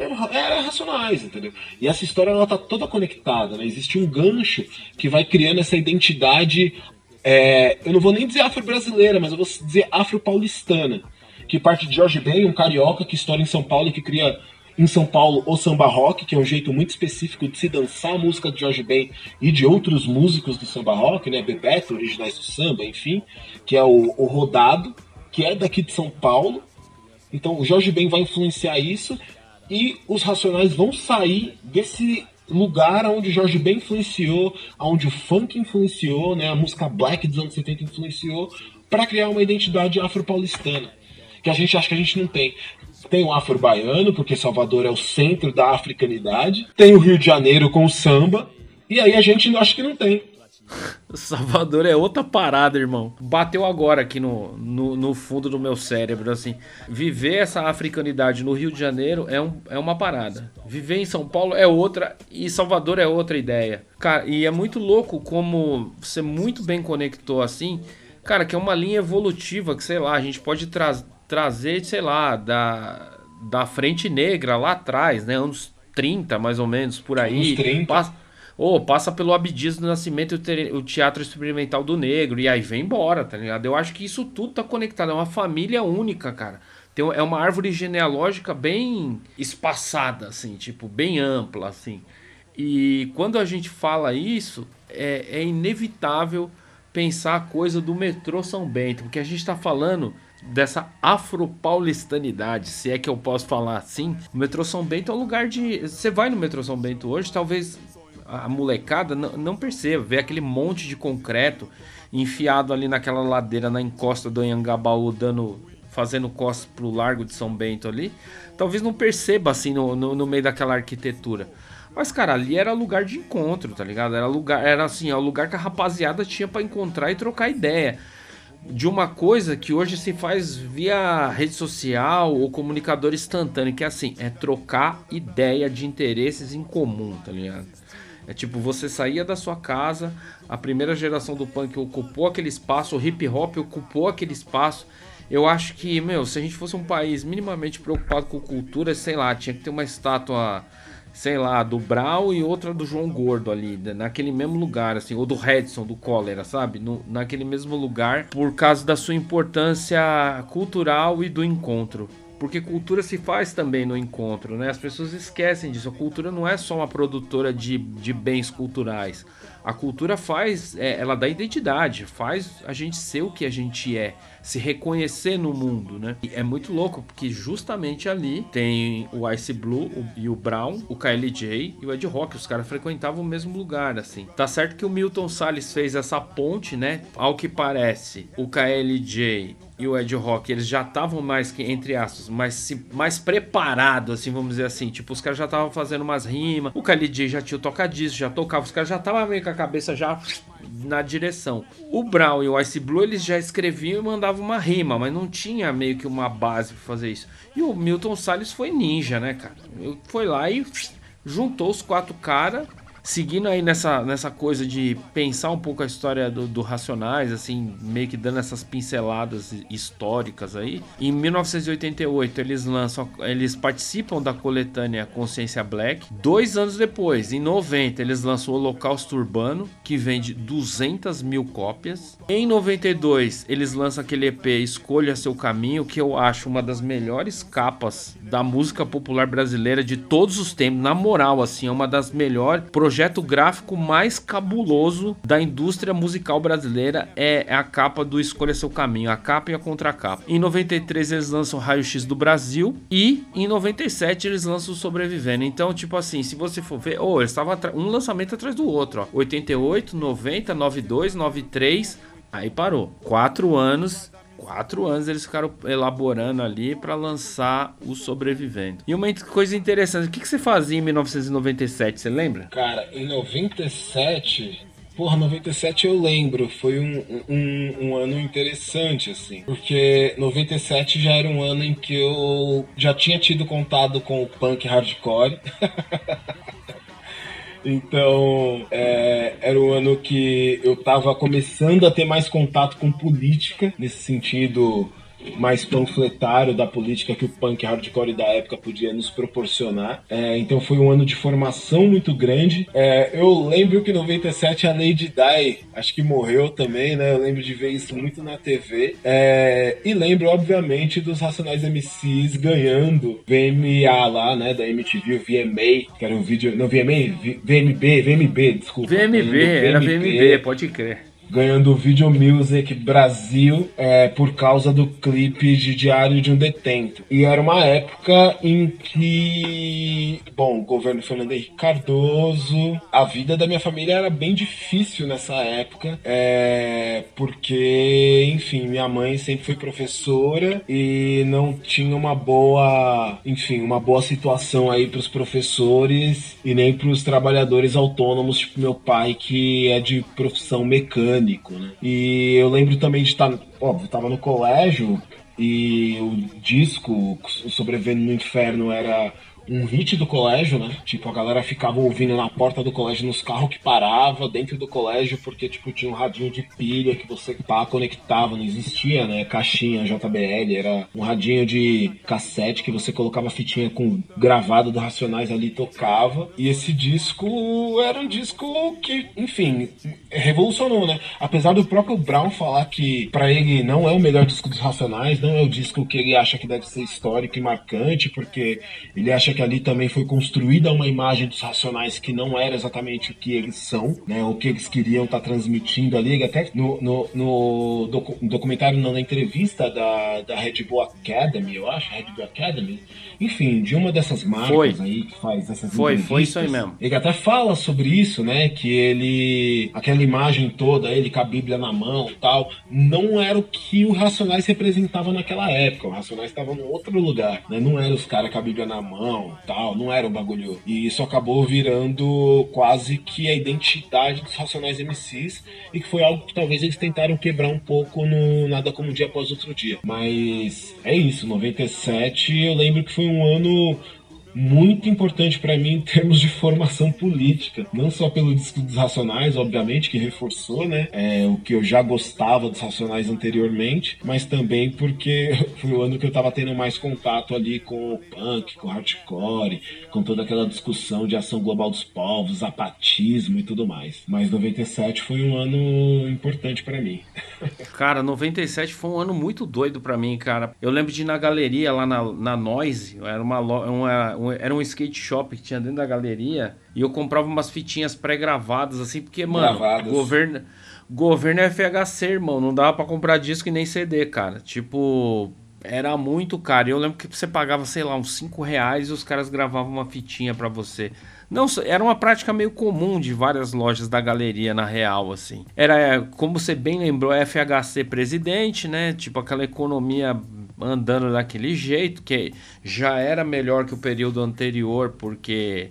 era Racionais, entendeu? E essa história ela tá toda conectada, né? Existe um gancho que vai criando essa identidade. É, eu não vou nem dizer afro-brasileira, mas eu vou dizer afro-paulistana, que parte de Jorge Ben, um carioca que estoura em São Paulo e que cria em São Paulo o samba rock, que é um jeito muito específico de se dançar a música de Jorge Ben e de outros músicos do samba rock, né, Bebeto, originais do samba, enfim, que é o, o rodado, que é daqui de São Paulo. Então o Jorge Ben vai influenciar isso e os Racionais vão sair desse lugar onde Jorge Ben influenciou, onde o funk influenciou, né, a música black dos anos setenta influenciou, para criar uma identidade afro-paulistana, que a gente acha que a gente não tem. Tem o afro-baiano, porque Salvador é o centro da africanidade, tem o Rio de Janeiro com o samba, e aí a gente acha que não tem. Salvador é outra parada, irmão. Bateu agora aqui no, no, no fundo do meu cérebro, assim. Viver essa africanidade no Rio de Janeiro é, um, é uma parada. Viver em São Paulo é outra e Salvador é outra ideia. Cara, e é muito louco como você muito bem conectou, assim. Cara, que é uma linha evolutiva que, sei lá, a gente pode tra- trazer, sei lá, da, da Frente Negra lá atrás, né? Anos trinta, mais ou menos, por aí. Anos trinta. Passa... Ou oh, passa pelo Abdias do Nascimento e o Teatro Experimental do Negro. E aí vem embora, tá ligado? Eu acho que isso tudo tá conectado. É uma família única, cara. Tem, é uma árvore genealógica bem espaçada, assim. Tipo, bem ampla, assim. E quando a gente fala isso, é, é inevitável pensar a coisa do metrô São Bento. Porque a gente tá falando dessa afropaulistanidade, se é que eu posso falar assim. O metrô São Bento é um lugar de... Você vai no metrô São Bento hoje, talvez... a molecada não, não percebe, vê aquele monte de concreto enfiado ali naquela ladeira na encosta do Anhangabaú, dando, fazendo costas pro Largo de São Bento ali, talvez não perceba assim no, no, no meio daquela arquitetura. Mas, cara, ali era lugar de encontro, tá ligado? Era lugar, era assim, é o lugar que a rapaziada tinha pra encontrar e trocar ideia. de uma coisa que hoje se faz via rede social ou comunicador instantâneo, que é assim, é trocar ideia de interesses em comum, tá ligado? É tipo, você saía da sua casa, a primeira geração do punk ocupou aquele espaço, o hip hop ocupou aquele espaço. Eu acho que, meu, se a gente fosse um país minimamente preocupado com cultura, sei lá, tinha que ter uma estátua, sei lá, do Brau e outra do João Gordo ali, naquele mesmo lugar, assim, ou do Redson, do Cólera, sabe? No, naquele mesmo lugar, por causa da sua importância cultural e do encontro. Porque cultura se faz também no encontro, né? As pessoas esquecem disso. A cultura não é só uma produtora de, de bens culturais. A cultura faz, é, ela dá identidade, faz a gente ser o que a gente é, se reconhecer no mundo, né? E é muito louco, porque justamente ali tem o Ice Blue o, e o Brown, o K L J e o Ed Rock. Os caras frequentavam o mesmo lugar, assim. Tá certo que o Milton Salles fez essa ponte, né? Ao que parece, o K L J e o Ed Rock, eles já estavam mais, que entre aspas, mais, mais preparados, assim, vamos dizer assim. Tipo, os caras já estavam fazendo umas rimas, o K L J já tinha o toca-disco, já tocava, os caras já estavam meio com a cabeça já na direção. O Brown e o Ice Blue, eles já escreviam e mandavam uma rima, mas não tinha meio que uma base pra fazer isso. E o Milton Salles foi ninja, né, cara? Foi lá e juntou os quatro caras, seguindo aí nessa, nessa coisa de pensar um pouco a história do, do Racionais, assim, meio que dando essas pinceladas históricas aí. Em mil novecentos e oitenta e oito eles lançam, eles participam da coletânea Consciência Black. Dois anos depois, em noventa, eles lançam o Holocausto Urbano, que vende duzentas mil cópias. Em noventa e dois, eles lançam aquele E P Escolha Seu Caminho, que eu acho uma das melhores capas da música popular brasileira de todos os tempos. Na moral, assim, é uma das melhores. Projeto gráfico mais cabuloso da indústria musical brasileira é a capa do Escolha Seu Caminho, a capa e a contracapa. Em noventa e três eles lançam o Raio X do Brasil e em noventa e sete eles lançam o Sobrevivendo. Então, tipo assim, se você for ver, oh, eles estavam um lançamento atrás do outro, ó. oitenta e oito, noventa, noventa e dois, noventa e três, aí parou. Quatro anos... Quatro anos eles ficaram elaborando ali para lançar o Sobrevivendo. E uma coisa interessante, o que, que você fazia em mil novecentos e noventa e sete, você lembra? Cara, em noventa e sete... Porra, noventa e sete eu lembro, foi um, um, um ano interessante, assim. Porque noventa e sete já era um ano em que eu já tinha tido contato com o punk hardcore. Então, é, era um ano que eu tava começando a ter mais contato com política, nesse sentido mais panfletário da política que o punk hardcore da época podia nos proporcionar. É, então foi um ano de formação muito grande. É, eu lembro que em noventa e sete a Lady Di, acho que morreu também, né? Eu lembro de ver isso muito na T V. É, e lembro, obviamente, dos Racionais M Cs ganhando V M A lá, né? Da M T V, o V M A, que era um vídeo... Não, V M A? V M B, V M B, desculpa. V M B, era V M B, pode crer. Ganhando o Video Music Brasil é, por causa do clipe de Diário de um Detento. E era uma época em que, bom, o governo Fernando Henrique Cardoso, a vida da minha família era bem difícil nessa época, é, porque, enfim, minha mãe sempre foi professora e não tinha uma boa, enfim, uma boa situação aí para os professores e nem para os trabalhadores autônomos, tipo meu pai, que é de profissão mecânica. Né? E eu lembro também de estar, óbvio, estava no colégio e o disco o Sobrevivendo no Inferno era um hit do colégio, né? Tipo, a galera ficava ouvindo na porta do colégio, nos carros que parava dentro do colégio, porque, tipo, tinha um radinho de pilha que você pá, conectava, não existia, né? Caixinha J B L, era um radinho de cassete que você colocava fitinha com gravado do Racionais ali e tocava. E esse disco era um disco que, enfim, revolucionou, né? Apesar do próprio Brown falar que pra ele não é o melhor disco dos Racionais, não é o disco que ele acha que deve ser histórico e marcante, porque ele acha que ali também foi construída uma imagem dos Racionais que não era exatamente o que eles são, né, o que eles queriam estar tá transmitindo ali. Ele até no, no, no docu- documentário, não, na entrevista da, da Red Bull Academy, eu acho, Red Bull Academy, enfim, de uma dessas marcas foi. aí que faz essas foi, entrevistas. Foi isso aí mesmo. Ele até fala sobre isso, né, que ele, aquela imagem toda, ele com a Bíblia na mão e tal, não era o que o Racionais representava naquela época. O Racionais estava num outro lugar, né, não era os caras com a Bíblia na mão, não, tal, não era um bagulho. E isso acabou virando quase que a identidade dos Racionais M Cs, e que foi algo que talvez eles tentaram quebrar um pouco no Nada Como Um Dia Após Outro Dia. Mas é isso, noventa e sete eu lembro que foi um ano muito importante para mim em termos de formação política, não só pelo disco dos Racionais, obviamente, que reforçou, né, é, o que eu já gostava dos Racionais anteriormente, mas também porque foi o ano que eu tava tendo mais contato ali com o punk, com o hardcore, com toda aquela discussão de ação global dos povos, zapatismo e tudo mais. Mas noventa e sete foi um ano importante para mim. Cara, noventa e sete foi um ano muito doido pra mim, cara. Eu lembro de ir na galeria lá na, na Noise, era uma, uma, um, era um skate shop que tinha dentro da galeria, e eu comprava umas fitinhas pré-gravadas, assim, porque, mano, governo, governo é F H C, irmão, não dava pra comprar disco e nem C D, cara. Tipo, era muito caro. Eu lembro que você pagava, sei lá, uns cinco reais e os caras gravavam uma fitinha pra você. Não, era uma prática meio comum de várias lojas da galeria, na real, assim. Era, como você bem lembrou, F H C presidente, né? Tipo, aquela economia andando daquele jeito, que já era melhor que o período anterior, porque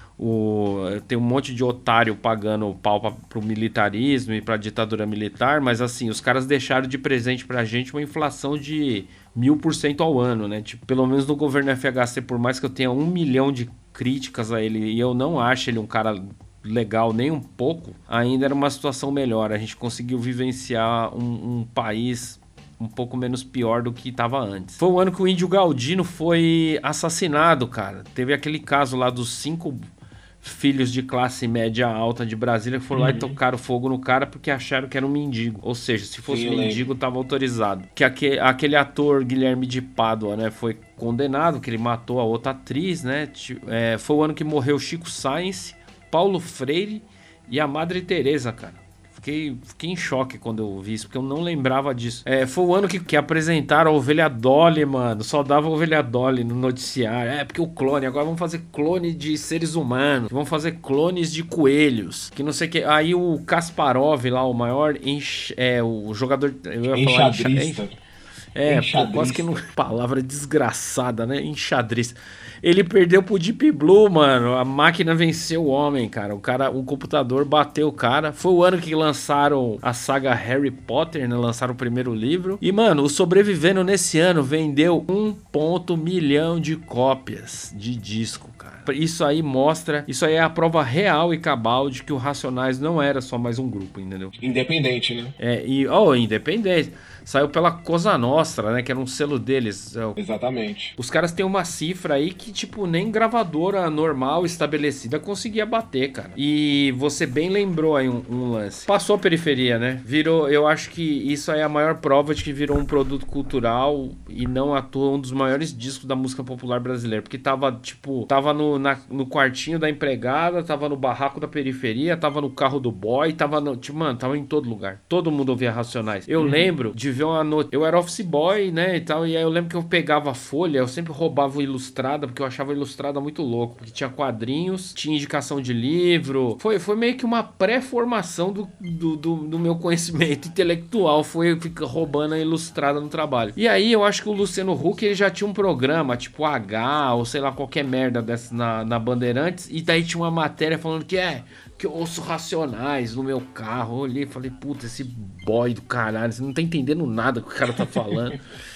o, tem um monte de otário pagando pau pra, pro militarismo e pra ditadura militar, mas assim, os caras deixaram de presente pra gente uma inflação de mil por cento ao ano, né? Tipo, pelo menos no governo F H C, por mais que eu tenha um milhão de críticas a ele, e eu não acho ele um cara legal nem um pouco, ainda era uma situação melhor. A gente conseguiu vivenciar um, um país um pouco menos pior do que estava antes. Foi o ano que o Índio Galdino foi assassinado, cara. Teve aquele caso lá dos cinco filhos de classe média alta de Brasília que foram uhum. lá e tocaram fogo no cara porque acharam que era um mendigo. Ou seja, se fosse Sim, mendigo, estava autorizado. Que aquele, aquele ator Guilherme de Pádua, né, foi condenado, que ele matou a outra atriz, né? É, foi o ano que morreu Chico Science, Paulo Freire e a Madre Teresa, cara. Fiquei, fiquei em choque quando eu vi isso, porque eu não lembrava disso. É, foi o ano que, que apresentaram a Ovelha Dolly, mano. Só dava a Ovelha Dolly no noticiário. É, porque o clone, agora vamos fazer clone de seres humanos. Vamos fazer clones de coelhos. Que não sei o que. Aí o Kasparov lá, o maior, enx, é, o jogador... Eu ia falar enxadrista. É, é pô, quase que não... Palavra desgraçada, né? Enxadrista. Ele perdeu pro Deep Blue, mano. A máquina venceu o homem, cara. O cara, o computador bateu o cara. Foi o ano que lançaram a saga Harry Potter, né? Lançaram o primeiro livro. E, mano, o Sobrevivendo nesse ano vendeu um ponto milhão de cópias de disco, cara. Isso aí mostra... Isso aí é a prova real e cabal de que o Racionais não era só mais um grupo, entendeu? Independente, né? É, e... Oh, independente. Saiu pela Cosa Nostra, né? Que era um selo deles. Exatamente. Os caras têm uma cifra aí que, tipo, nem gravadora normal estabelecida conseguia bater, cara. E você bem lembrou aí um, um lance. Passou a periferia, né? Virou... Eu acho que isso aí é a maior prova de que virou um produto cultural e não à toa um dos maiores discos da música popular brasileira. Porque tava, tipo... Tava no, na, no quartinho da empregada, tava no barraco da periferia, tava no carro do boy, tava no... Tipo, mano, tava em todo lugar. Todo mundo ouvia Racionais. Eu uhum. lembro de ver uma noite. Eu era office boy, né, e tal, e aí eu lembro que eu pegava a folha, eu sempre roubava o Ilustrada, porque eu achava a Ilustrada muito louco, porque tinha quadrinhos, tinha indicação de livro, foi, foi meio que uma pré-formação do, do, do, do meu conhecimento intelectual, foi ficar roubando a Ilustrada no trabalho. E aí eu acho que o Luciano Huck, ele já tinha um programa, tipo H, ou sei lá, qualquer merda dessa na, na Bandeirantes, e daí tinha uma matéria falando que é... que eu ouço Racionais no meu carro. Eu olhei e falei, puta, esse boy do caralho, você não tá entendendo nada que o cara tá falando.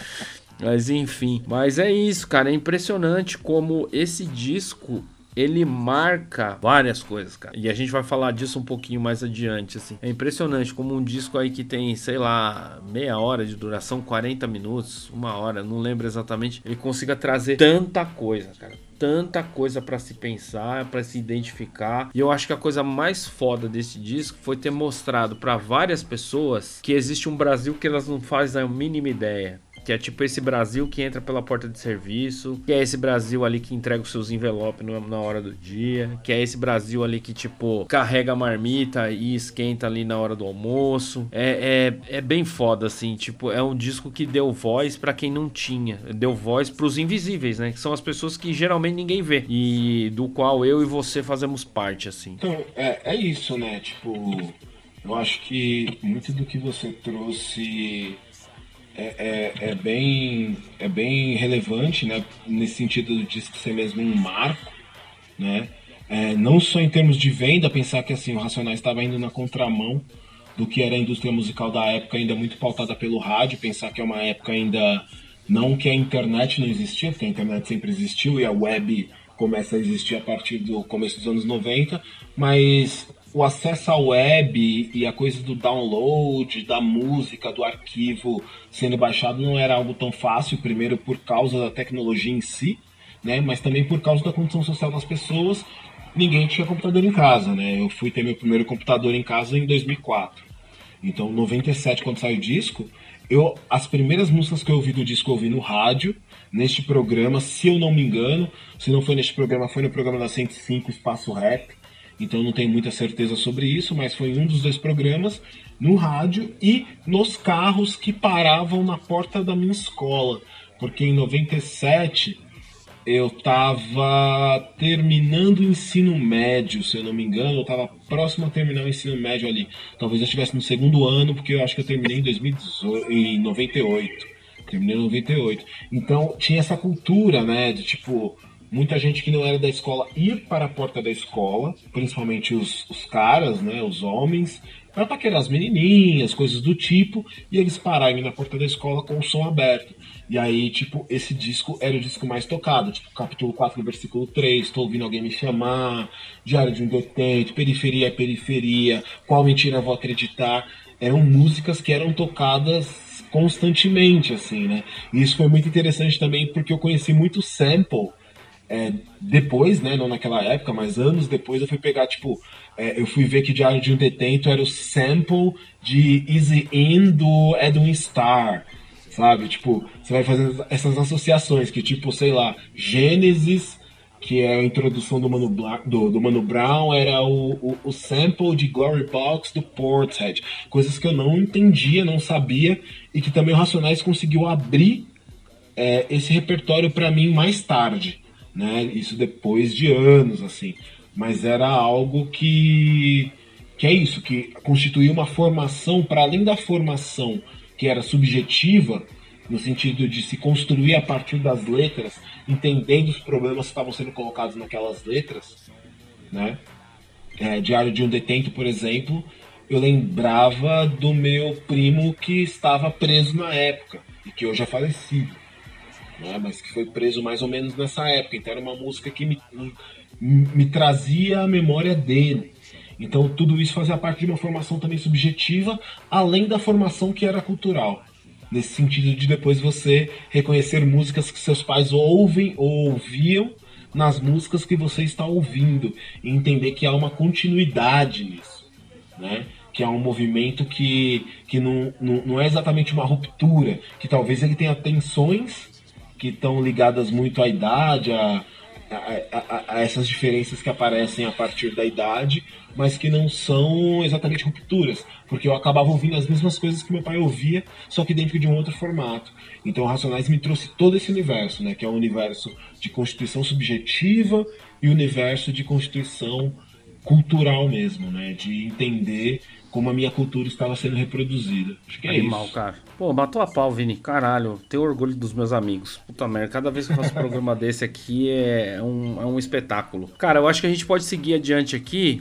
Mas enfim, mas é isso, cara, é impressionante como esse disco, ele marca várias coisas, cara. E a gente vai falar disso um pouquinho mais adiante, assim. É impressionante como um disco aí que tem, sei lá, meia hora de duração, quarenta minutos, uma hora, não lembro exatamente, ele consiga trazer tanta coisa, cara. Tanta coisa pra se pensar, pra se identificar. E eu acho que a coisa mais foda desse disco foi ter mostrado pra várias pessoas que existe um Brasil que elas não fazem a mínima ideia. Que é tipo esse Brasil que entra pela porta de serviço, que é esse Brasil ali que entrega os seus envelopes na hora do dia, que é esse Brasil ali que, tipo, carrega a marmita e esquenta ali na hora do almoço. É, é, é bem foda, assim, tipo, é um disco que deu voz pra quem não tinha, deu voz pros invisíveis, né, que são as pessoas que geralmente ninguém vê, e do qual eu e você fazemos parte, assim. Então, é, é isso, né, tipo, eu acho que muito do que você trouxe é, é, é bem, é bem relevante, né? Nesse sentido do disco ser mesmo um marco, né? É, não só em termos de venda, pensar que assim, o Racionais estava indo na contramão do que era a indústria musical da época, ainda muito pautada pelo rádio, pensar que é uma época ainda, não que a internet não existia, porque a internet sempre existiu e a web começa a existir a partir do começo dos anos noventa, mas o acesso à web e a coisa do download, da música, do arquivo sendo baixado não era algo tão fácil, primeiro por causa da tecnologia em si, né, mas também por causa da condição social das pessoas. Ninguém tinha computador em casa, né? Eu fui ter meu primeiro computador em casa em dois mil e quatro. Então, em noventa e sete, quando saiu o disco, eu, as primeiras músicas que eu ouvi do disco eu ouvi no rádio, neste programa, se eu não me engano. Se não foi neste programa, foi no programa da cento e cinco, Espaço Rap. Então, não tenho muita certeza sobre isso, mas foi em um dos dois programas, no rádio e nos carros que paravam na porta da minha escola. Porque em noventa e sete eu estava terminando o ensino médio, se eu não me engano, eu estava próximo a terminar o ensino médio ali. Talvez eu estivesse no segundo ano, porque eu acho que eu terminei em, dois mil e dezoito, em noventa e oito. Terminei em noventa e oito. Então tinha essa cultura, né, de tipo, muita gente que não era da escola ir para a porta da escola, principalmente os, os caras, né, os homens, para paquerar as menininhas, coisas do tipo, e eles pararem na porta da escola com o som aberto. E aí, tipo, esse disco era o disco mais tocado, tipo, capítulo quatro, versículo três, Tô Ouvindo Alguém Me Chamar, Diário de um Detento, Periferia é Periferia, Qual Mentira Vou Acreditar. Eram músicas que eram tocadas constantemente, assim, né? E isso foi muito interessante também porque eu conheci muito sample é, depois, né, não naquela época, mas anos depois eu fui pegar, tipo, é, eu fui ver que Diário de um Detento era o sample de Easy In do Edwin Starr, sabe? Tipo, você vai fazendo essas associações que, tipo, sei lá, Gênesis, que é a introdução do Mano, Bla do, do Mano Brown, era o, o, o sample de Glory Box do Portishead. Coisas que eu não entendia, não sabia, e que também o Racionais conseguiu abrir é, esse repertório para mim mais tarde, né? Isso depois de anos, assim. Mas era algo que, que é isso, que constituía uma formação, para além da formação que era subjetiva, no sentido de se construir a partir das letras, entendendo os problemas que estavam sendo colocados naquelas letras, né? É, Diário de um Detento, por exemplo, eu lembrava do meu primo que estava preso na época, e que hoje é falecido, né? Mas que foi preso mais ou menos nessa época. Então era uma música que me, me, me trazia a memória dele. Então tudo isso fazia parte de uma formação também subjetiva, além da formação que era cultural. Nesse sentido de depois você reconhecer músicas que seus pais ouvem ou ouviam nas músicas que você está ouvindo. E entender que há uma continuidade nisso, né? Que há um movimento que, que não, não, não é exatamente uma ruptura, que talvez ele tenha tensões que estão ligadas muito à idade, a, a, a, a essas diferenças que aparecem a partir da idade, mas que não são exatamente rupturas, porque eu acabava ouvindo as mesmas coisas que meu pai ouvia, só que dentro de um outro formato. Então o Racionais me trouxe todo esse universo, né, que é o universo de constituição subjetiva e o universo de constituição cultural mesmo, né, de entender como a minha cultura estava sendo reproduzida. Acho que é Animal, isso. cara. Pô, matou a pau, Vini. Caralho, tenho orgulho dos meus amigos. Puta merda, cada vez que eu faço um programa desse aqui é um, é um espetáculo. Cara, eu acho que a gente pode seguir adiante aqui.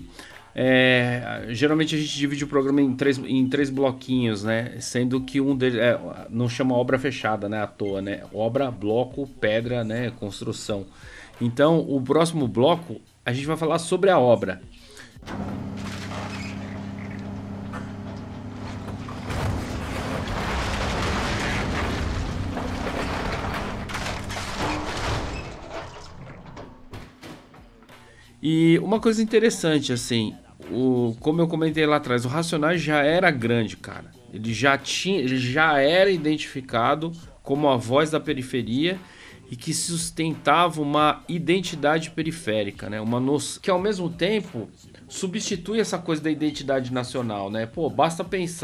É, geralmente a gente divide o programa em três, em três bloquinhos, né? Sendo que um deles é, não chama obra fechada, né? À toa, né? Obra, bloco, pedra, né? Construção. Então, o próximo bloco a gente vai falar sobre a obra. E uma coisa interessante, assim, o, como eu comentei lá atrás, o Racionais já era grande, cara. Ele já tinha, ele já era identificado como a voz da periferia e que sustentava uma identidade periférica, né? Uma noção que ao mesmo tempo substitui essa coisa da identidade nacional, né? Pô, basta pensar.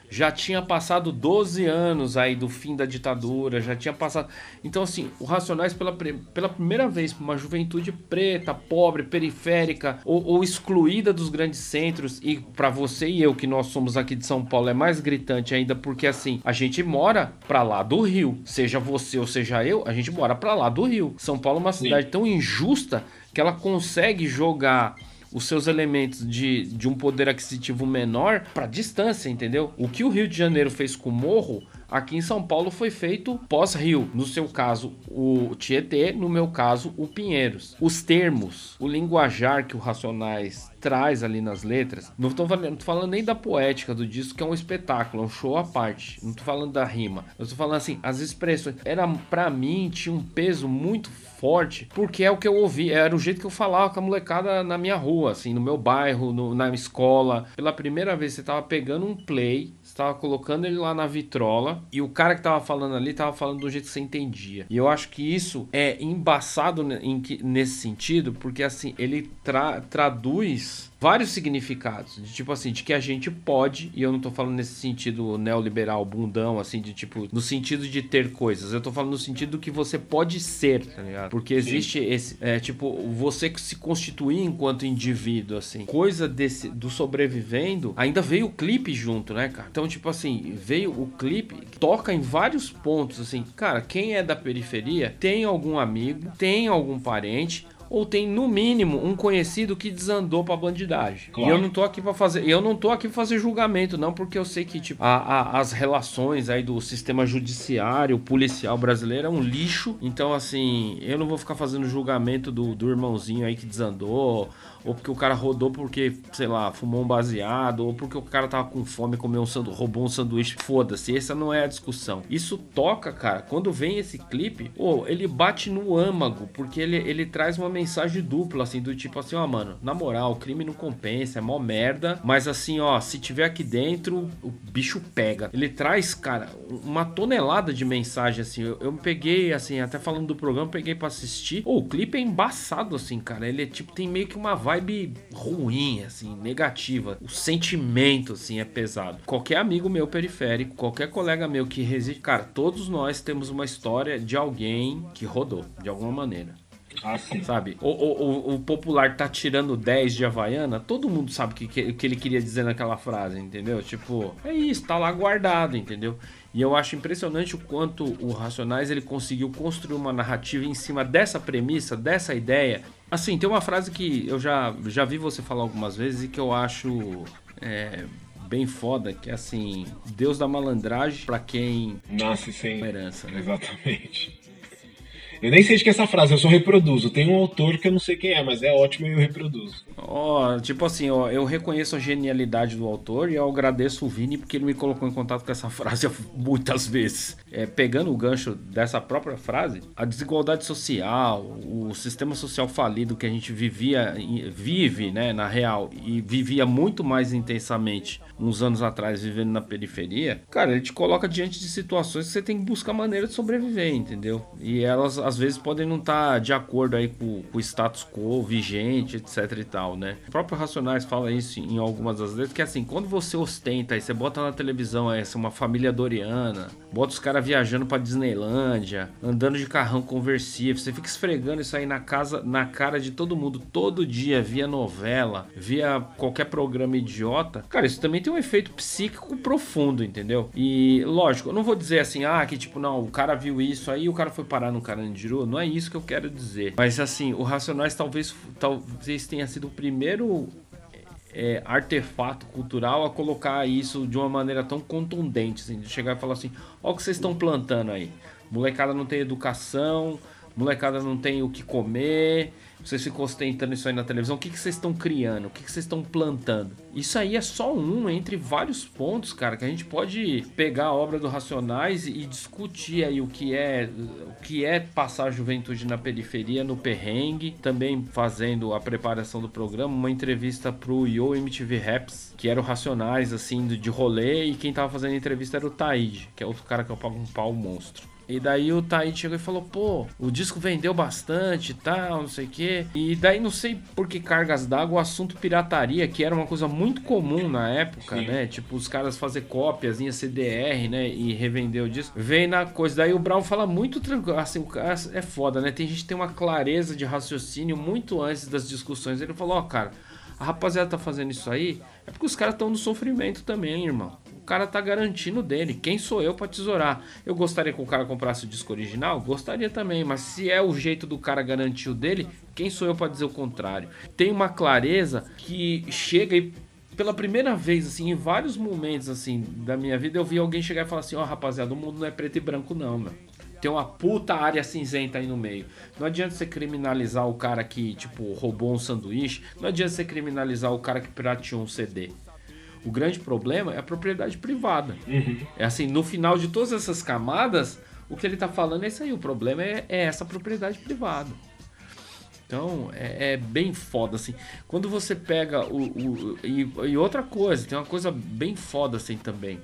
Já tinha passado doze anos aí do fim da ditadura, já tinha passado... Então, assim, o Racionais, pela, pela primeira vez, pra uma juventude preta, pobre, periférica, ou, ou excluída dos grandes centros, e pra você e eu, que nós somos aqui de São Paulo, é mais gritante ainda, porque, assim, a gente mora pra lá do Rio. Seja você ou seja eu, a gente mora pra lá do Rio. São Paulo é uma Sim. cidade tão injusta que ela consegue jogar os seus elementos de, de um poder aquisitivo menor para distância, entendeu? O que o Rio de Janeiro fez com o Morro, aqui em São Paulo foi feito pós-Rio. No seu caso, o Tietê, no meu caso, o Pinheiros. Os termos, o linguajar que o Racionais traz ali nas letras, não tô falando, não tô falando nem da poética do disco, que é um espetáculo, é um show à parte. Não tô falando da rima. Eu tô falando assim, as expressões, era, pra mim, tinha um peso muito forte, porque é o que eu ouvi, era o jeito que eu falava com a molecada na minha rua, assim, no meu bairro, no, na escola. Pela primeira vez, você tava pegando um play, você tava colocando ele lá na vitrola, e o cara que tava falando ali tava falando do jeito que você entendia. E eu acho que isso é embaçado em, nesse sentido, porque assim, ele tra traduz vários significados, de tipo assim, de que a gente pode, e eu não tô falando nesse sentido neoliberal, bundão, assim, de tipo, no sentido de ter coisas, eu tô falando no sentido do que você pode ser, tá ligado? Porque existe Sim. esse, é, tipo, você que se constituir enquanto indivíduo, assim, coisa desse, do sobrevivendo, ainda veio o clipe junto, né, cara? Então, tipo assim, veio o clipe, toca em vários pontos, assim, cara, quem é da periferia tem algum amigo, tem algum parente, ou tem no mínimo um conhecido que desandou pra bandidagem. Claro. E eu não tô aqui para fazer, eu não tô aqui pra fazer julgamento não, porque eu sei que tipo a, a, as relações aí do sistema judiciário, policial brasileiro é um lixo. Então assim, eu não vou ficar fazendo julgamento do, do irmãozinho aí que desandou, ou porque o cara rodou porque, sei lá, fumou um baseado, ou porque o cara tava com fome, comeu um sandu roubou um sanduíche. Foda-se, essa não é a discussão. Isso toca, cara, quando vem esse clipe, oh, ele bate no âmago, porque ele, ele traz uma mensagem dupla, assim, do tipo assim, ó, mano, na moral, o crime não compensa, é mó merda, mas assim, ó, se tiver aqui dentro, o bicho pega. Ele traz, cara, uma tonelada de mensagem, assim, eu, eu peguei, assim, até falando do programa, peguei pra assistir, oh, o clipe é embaçado, assim, cara, ele é tipo, tem meio que uma vibe ruim, assim, negativa, o sentimento, assim, é pesado. Qualquer amigo meu periférico, qualquer colega meu que reside, cara, todos nós temos uma história de alguém que rodou, de alguma maneira. Ah, sim. Sabe? O, o, o popular tá tirando dez de Havaiana, todo mundo sabe o que, que, que ele queria dizer naquela frase, entendeu? Tipo, é isso, tá lá guardado, entendeu? E eu acho impressionante o quanto o Racionais ele conseguiu construir uma narrativa em cima dessa premissa, dessa ideia. Assim, tem uma frase que eu já, já vi você falar algumas vezes e que eu acho é, bem foda, que é assim, Deus da malandragem pra quem nasce sem herança, né? Exatamente. Eu nem sei de que é essa frase, eu só reproduzo. Tem um autor que eu não sei quem é, mas é ótimo e eu reproduzo. Ó, oh, tipo assim, ó, eu reconheço a genialidade do autor e eu agradeço o Vini porque ele me colocou em contato com essa frase muitas vezes. É, pegando o gancho dessa própria frase, a desigualdade social, o sistema social falido que a gente vivia, vive, né, na real, e vivia muito mais intensamente uns anos atrás vivendo na periferia, cara, ele te coloca diante de situações que você tem que buscar maneira de sobreviver, entendeu? E elas às vezes podem não estar de acordo aí com, com o status quo vigente, etc e tal, né? O próprio Racionais fala isso em algumas das letras, que é assim, quando você ostenta e você bota na televisão essa uma família doriana, bota os caras viajando pra Disneylândia, andando de carrão conversível, você fica esfregando isso aí na casa, na cara de todo mundo, todo dia, via novela, via qualquer programa idiota, cara, isso também tem um efeito psíquico profundo, entendeu? E, lógico, eu não vou dizer assim, ah, que tipo, não, o cara viu isso aí e o cara foi parar no Carandiru, não é isso que eu quero dizer. Mas, assim, o Racionais talvez, talvez tenha sido o primeiro é, artefato cultural a colocar isso de uma maneira tão contundente, assim, de chegar e falar assim, ó o que vocês estão plantando aí. Molecada não tem educação, molecada não tem o que comer, vocês ficam ostentando isso aí na televisão, o que, que vocês estão criando, o que, que vocês estão plantando? Isso aí é só um entre vários pontos, cara, que a gente pode pegar a obra do Racionais e discutir aí o que é, o que é passar a juventude na periferia, no perrengue, também fazendo a preparação do programa, uma entrevista pro Yo M T V Raps, que era o Racionais, assim, de rolê, e quem tava fazendo a entrevista era o Taíde, que é outro cara que eu pago um pau monstro. E daí o Taíde chegou e falou, pô, o disco vendeu bastante e tal, não sei o quê. E daí não sei por que cargas d'água o assunto pirataria, que era uma coisa muito comum na época, Sim. né? Tipo, os caras fazer cópias em C D R, né? E revender o disco. Vem na coisa. Daí o Brown fala muito tranquilo. Assim, o cara é foda, né? Tem gente que tem uma clareza de raciocínio muito antes das discussões. Ele falou, ó, oh, cara, a rapaziada tá fazendo isso aí, é porque os caras estão no sofrimento também, irmão. O cara tá garantindo dele. Quem sou eu pra tesourar? Eu gostaria que o cara comprasse o disco original? Gostaria também, mas se é o jeito do cara garantir o dele, quem sou eu pra dizer o contrário? Tem uma clareza que chega e pela primeira vez, assim, em vários momentos, assim, da minha vida, eu vi alguém chegar e falar assim, ó, oh, rapaziada, o mundo não é preto e branco não, meu. Tem uma puta área cinzenta aí no meio. Não adianta você criminalizar o cara que, tipo, roubou um sanduíche. Não adianta você criminalizar o cara que pirateou um C D. O grande problema é a propriedade privada. Uhum. É assim, no final de todas essas camadas, o que ele tá falando é isso aí. O problema é, é essa propriedade privada. Então, é, é bem foda, assim. Quando você pega o... o e, e outra coisa, tem uma coisa bem foda, assim, também.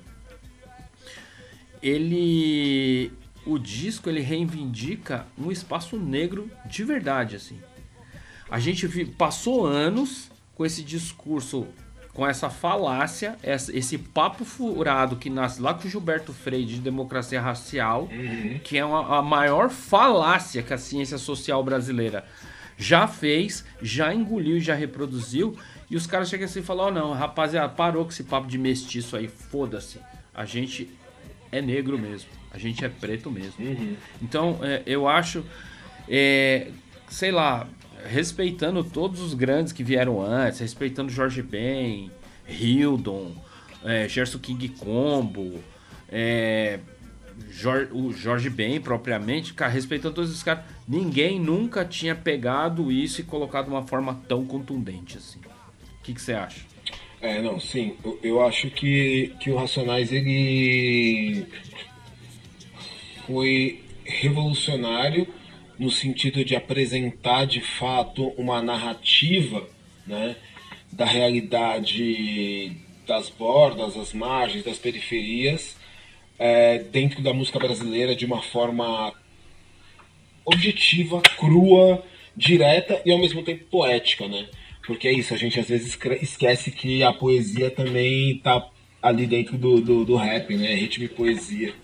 Ele... O disco, ele reivindica um espaço negro de verdade, assim. A gente vi, passou anos com esse discurso... com essa falácia, esse papo furado que nasce lá com o Gilberto Freire de democracia racial, uhum. que é uma, a maior falácia que a ciência social brasileira já fez, já engoliu e já reproduziu, e os caras chegam assim e falam, ó, oh, não, rapaziada, parou com esse papo de mestiço aí, foda-se, a gente é negro mesmo, a gente é preto mesmo. Uhum. Então, é, eu acho, é, sei lá, respeitando todos os grandes que vieram antes, respeitando Jorge Ben, Hildon, é, Gerson King Combo, é, Jorge, o Jorge Ben propriamente, cara, respeitando todos esses caras, ninguém nunca tinha pegado isso e colocado de uma forma tão contundente assim. O que você acha? É, não, sim, eu, eu acho que, que o Racionais, ele foi revolucionário no sentido de apresentar de fato uma narrativa, né, da realidade das bordas, das margens, das periferias, é, dentro da música brasileira de uma forma objetiva, crua, direta e ao mesmo tempo poética, né? Porque é isso, a gente às vezes esquece que a poesia também está ali dentro do, do, do rap, né? Ritmo e poesia.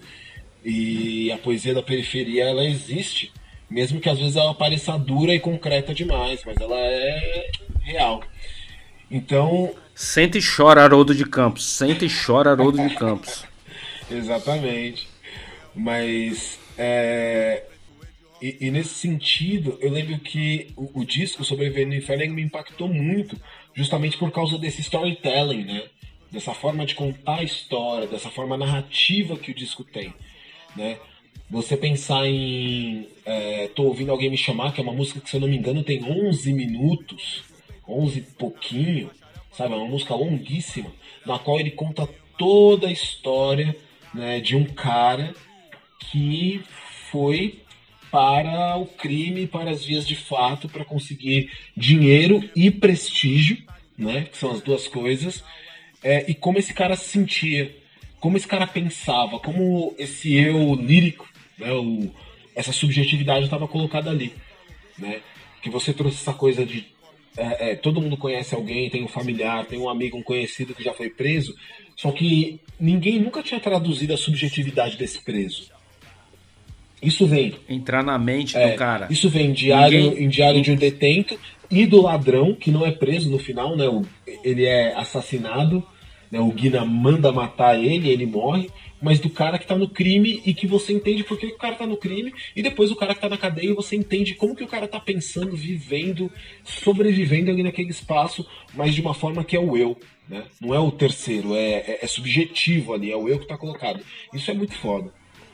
E a poesia da periferia, ela existe, mesmo que às vezes ela pareça dura e concreta demais, mas ela é real. Então... Senta e chora, Haroldo de Campos. Senta e chora, Haroldo de Campos. Exatamente. Mas... É... E, e nesse sentido, eu lembro que o, o disco Sobrevivendo no Inferno me impactou muito, justamente por causa desse storytelling, né? Dessa forma de contar a história, dessa forma narrativa que o disco tem, né? Você pensar em é, Tô Ouvindo Alguém Me Chamar, que é uma música que, se eu não me engano, tem onze minutos, onze e pouquinho, sabe? É uma música longuíssima, na qual ele conta toda a história, né, de um cara que foi para o crime, para as vias de fato, para conseguir dinheiro e prestígio, né, que são as duas coisas, é, e como esse cara se sentia, como esse cara pensava, como esse eu lírico, né, o, essa subjetividade estava colocada ali, né, que você trouxe essa coisa de é, é, todo mundo conhece alguém, tem um familiar, tem um amigo, um conhecido que já foi preso, só que ninguém nunca tinha traduzido a subjetividade desse preso. Isso vem... Entrar na mente é, do cara. Isso vem em diário, Ninguém... em diário de um detento e do ladrão, que não é preso no final, né? O, ele é assassinado, né? O Guina manda matar ele, ele morre, mas do cara que tá no crime e que você entende por que o cara tá no crime, e depois o cara que tá na cadeia você entende como que o cara tá pensando, vivendo, sobrevivendo ali naquele espaço, mas de uma forma que é o eu, né? Não é o terceiro, é, é, é subjetivo ali, é o eu que tá colocado. Isso é muito foda.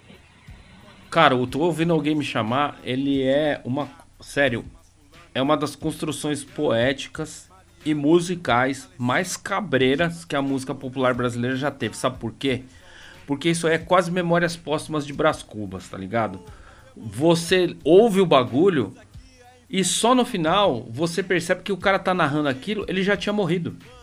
Cara, eu tô ouvindo alguém me chamar, ele é uma... Sério, é uma das construções poéticas e musicais mais cabreiras que a música popular brasileira já teve. Sabe por quê? Porque isso é quase Memórias Póstumas de Brás Cubas, tá ligado? Você ouve o bagulho e só no final você percebe que o cara tá narrando aquilo, ele já tinha morrido.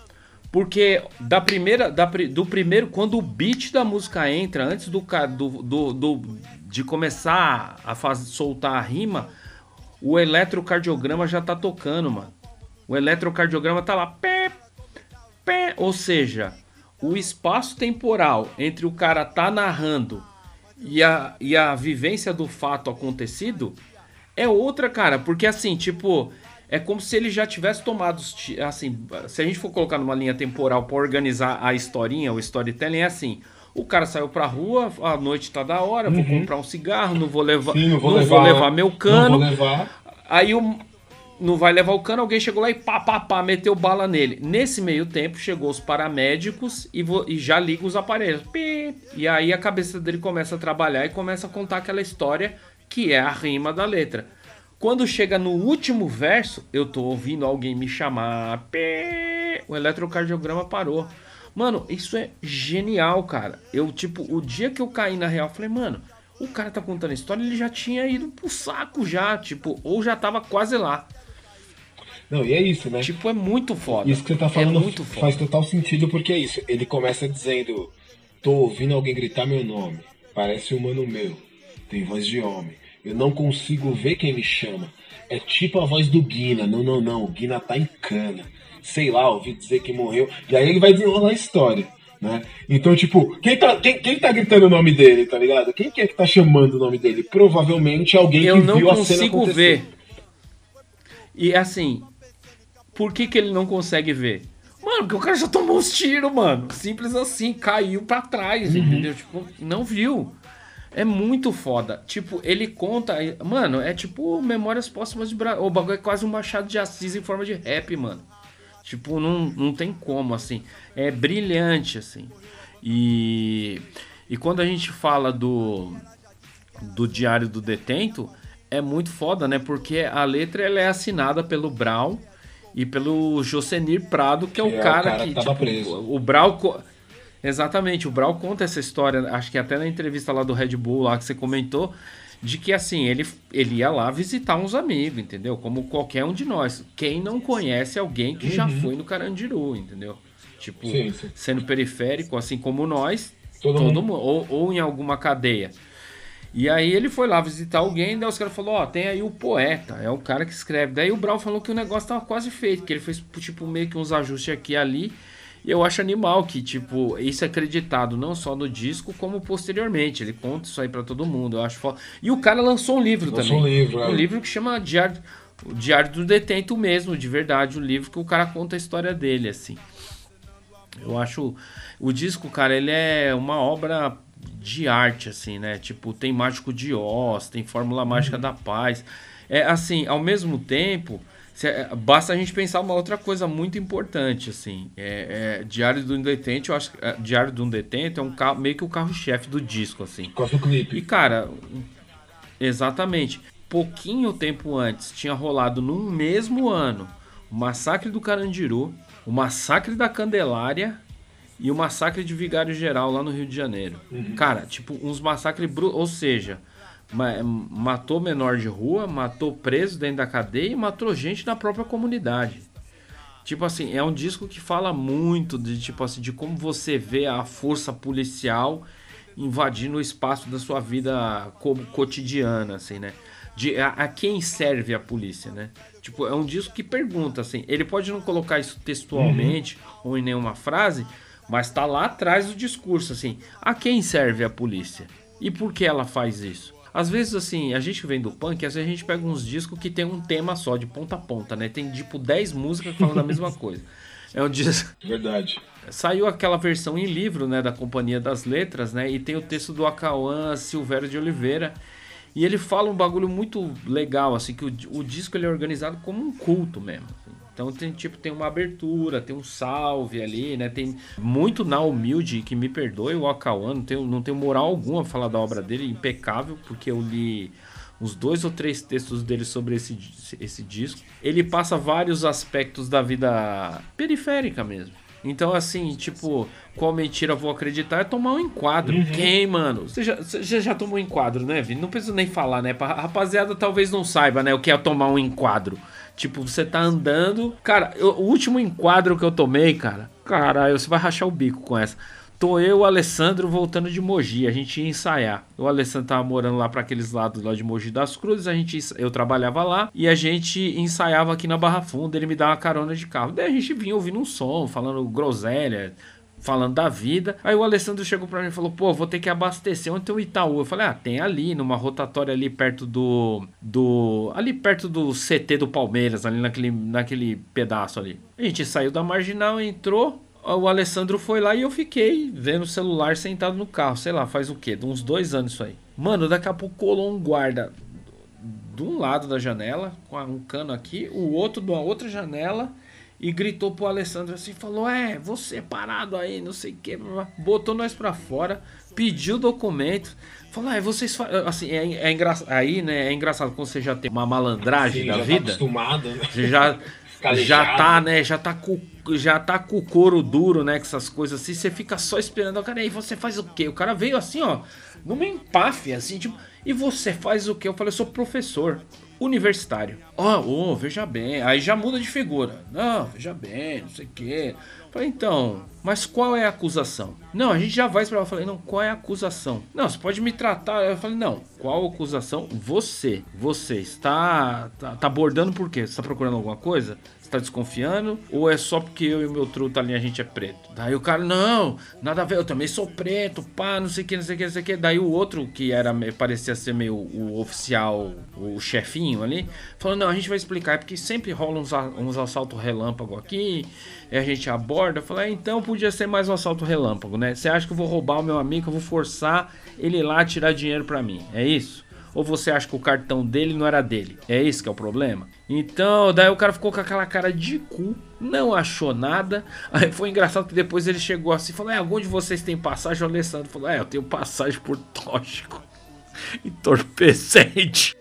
Porque da primeira, da, do primeiro, quando o beat da música entra, antes do, do, do, do de começar a fazer, soltar a rima, o eletrocardiograma já tá tocando, mano. O eletrocardiograma tá lá, pé, pé, ou seja, o espaço temporal entre o cara tá narrando e a, e a vivência do fato acontecido é outra, cara, porque assim, tipo, é como se ele já tivesse tomado, assim, se a gente for colocar numa linha temporal pra organizar a historinha, o storytelling, é assim, o cara saiu pra rua, a noite tá da hora, vou uhum. comprar um cigarro, não vou levar, Sim, não vou, não levar, vou levar meu cano, não vou levar. Aí o, não vai levar o cano, alguém chegou lá e pá, pá, pá, meteu bala nele. Nesse meio tempo, chegou os paramédicos e, vo, e já liga os aparelhos. Pi, e aí a cabeça dele começa a trabalhar e começa a contar aquela história que é a rima da letra. Quando chega no último verso, eu tô ouvindo alguém me chamar. Pi, o eletrocardiograma parou. Mano, isso é genial, cara. Eu, tipo, o dia que eu caí na real, eu falei, mano, o cara tá contando a história, ele já tinha ido pro saco já, tipo, ou já tava quase lá. Não, e é isso, né? Tipo, é muito foda. Isso que você tá falando é muito faz foda. total sentido, porque é isso. Ele começa dizendo, tô ouvindo alguém gritar meu nome, parece um mano meu, tem voz de homem, eu não consigo ver quem me chama, é tipo a voz do Guina, não, não, não, o Guina tá em cana, sei lá, ouvi dizer que morreu, e aí ele vai desenrolar a história. Né? Então, tipo, quem tá, quem, quem tá gritando o nome dele, tá ligado? Quem que é que tá chamando o nome dele? Provavelmente alguém eu que viu a cena acontecer. Eu não consigo ver. E assim, por que que ele não consegue ver? Mano, porque o cara já tomou uns tiros, mano. Simples assim, caiu pra trás, uhum. entendeu? Tipo, não viu. É muito foda. Tipo, ele conta... Mano, é tipo Memórias Póstumas de Brasil. O bagulho é quase um Machado de Assis em forma de rap, mano. Tipo, não, não tem como, assim. É brilhante, assim. E, e quando a gente fala do, do Diário do Detento, é muito foda, né? Porque a letra ela é assinada pelo Brau e pelo Jocenir Prado, que é o, que cara, é o cara que... que tava tipo, preso. O Brau... Exatamente, o Brau conta essa história, acho que até na entrevista lá do Red Bull, lá que você comentou, de que assim, ele, ele ia lá visitar uns amigos, entendeu? Como qualquer um de nós. Quem não conhece alguém que uhum. já foi no Carandiru, entendeu? Tipo, sim, sim. sendo periférico, assim como nós, todo, todo mundo, ou, ou em alguma cadeia. E aí ele foi lá visitar alguém, daí os caras falaram, ó, oh, tem aí o poeta, é o cara que escreve. Daí o Brau falou que o negócio tava quase feito, que ele fez, tipo, meio que uns ajustes aqui e ali. E eu acho animal que, tipo, isso é acreditado não só no disco, como posteriormente. Ele conta isso aí pra todo mundo, eu acho foda. E o cara lançou um livro lançou também. Um livro, um é. livro que chama Diário, o Diário do Detento mesmo, de verdade. O livro que o cara conta a história dele, assim. Eu acho... O disco, cara, ele é uma obra de arte, assim, né? Tipo, tem Mágico de Oz, tem Fórmula Mágica uhum. da Paz. É, assim, ao mesmo tempo... Basta a gente pensar uma outra coisa muito importante, assim. É, é, Diário de um Detento, eu acho que é, Diário de um Detento é um carro, meio que o carro-chefe do disco, assim. Por causa do clipe. E, cara, exatamente. Pouquinho tempo antes, tinha rolado num mesmo ano o Massacre do Carandiru, o Massacre da Candelária e o Massacre de Vigário Geral, lá no Rio de Janeiro. Uhum. Cara, tipo, uns massacres brutos, ou seja... matou menor de rua, matou preso dentro da cadeia e matou gente na própria comunidade. Tipo assim, é um disco que fala muito de, tipo assim, de como você vê a força policial invadindo o espaço da sua vida co- cotidiana, assim, né? De, a, a quem serve a polícia, né? Tipo, é um disco que pergunta, assim, ele pode não colocar isso textualmente uhum. ou em nenhuma frase, mas tá lá atrás do discurso, assim, a quem serve a polícia? E por que ela faz isso? Às vezes, assim, a gente vem do punk, às vezes a gente pega uns discos que tem um tema só, de ponta a ponta, né? Tem, tipo, dez músicas falando a mesma coisa. É um disco... Verdade. Saiu aquela versão em livro, né, da Companhia das Letras, né? E tem o texto do Acauã Silvério de Oliveira. E ele fala um bagulho muito legal, assim, que o, o disco ele é organizado como um culto mesmo. Assim. Então tem tipo tem uma abertura, tem um salve ali, né? Tem muito na humilde, que me perdoe o Acauã, não tenho, não tenho moral alguma pra falar da obra dele, impecável, porque eu li uns dois ou três textos dele sobre esse, esse disco. Ele passa vários aspectos da vida periférica mesmo. Então, assim, tipo, qual mentira eu vou acreditar é tomar um enquadro. Uhum. Quem, mano? Você já, você já tomou um enquadro, né, Vini? Não preciso nem falar, né? A rapaziada talvez não saiba, né, o que é tomar um enquadro. Tipo, você tá andando... Cara, eu, o último enquadro que eu tomei, cara... Caralho, você vai rachar o bico com essa. Tô eu e o Alessandro voltando de Mogi, a gente ia ensaiar. O Alessandro tava morando lá para aqueles lados lá de Mogi das Cruzes, a gente, eu trabalhava lá e a gente ensaiava aqui na Barra Funda, ele me dava uma carona de carro. Daí a gente vinha ouvindo um som, falando groselha, falando da vida. Aí o Alessandro chegou pra mim e falou, pô, vou ter que abastecer, onde tem o Itaú? Eu falei, ah, tem ali, numa rotatória ali perto do... do ali perto do C T do Palmeiras, ali naquele, naquele pedaço ali. A gente saiu da Marginal, entrou... O Alessandro foi lá e eu fiquei vendo o celular sentado no carro. Sei lá, faz o quê? De uns dois anos isso aí. Mano, daqui a pouco colou um guarda de um lado da janela, com um cano aqui, o outro de uma outra janela, e gritou pro Alessandro assim, falou, é, você parado aí, não sei o que, botou nós pra fora, pediu documento, falou, é, vocês, assim, é, é engraçado, aí, né, é engraçado quando você já tem uma malandragem. Sim, da já vida. Tá acostumado, né? Você já... Já tá, né? Já tá com já tá com o couro duro, né? Com essas coisas assim. Você fica só esperando. O cara, aí você faz o quê? O cara veio assim, ó. Numa empáfia, assim, tipo. E você faz o quê? Eu falei, eu sou professor universitário. Ó, oh, oh, veja bem. Aí já muda de figura. Não, veja bem, não sei o quê. Falei, então, mas qual é a acusação? Não, a gente já vai esperar. Eu falei, não, qual é a acusação? Não, você pode me tratar. Eu falei, não, qual a acusação? Você. Você está tá, tá abordando por quê? Você está procurando alguma coisa? Você está desconfiando? Ou é só porque eu e o meu truta ali a gente é preto? Daí o cara, não, nada a ver, eu também sou preto, pá, não sei o que, não sei o que, não sei o que. Daí o outro, que era, parecia ser meio o oficial, o chefinho ali, falou, não, a gente vai explicar, é porque sempre rola uns, uns assaltos relâmpago aqui, e a gente aborda. Eu falei, ah, então podia ser mais um assalto relâmpago, né? Você acha que eu vou roubar o meu amigo, que eu vou forçar ele lá a tirar dinheiro pra mim, é isso? Ou você acha que o cartão dele não era dele? É isso que é o problema? Então, daí o cara ficou com aquela cara de cu, não achou nada. Aí foi engraçado que depois ele chegou assim e falou, é, algum de vocês tem passagem? O Alessandro falou, é, eu tenho passagem por tóxico, entorpecente.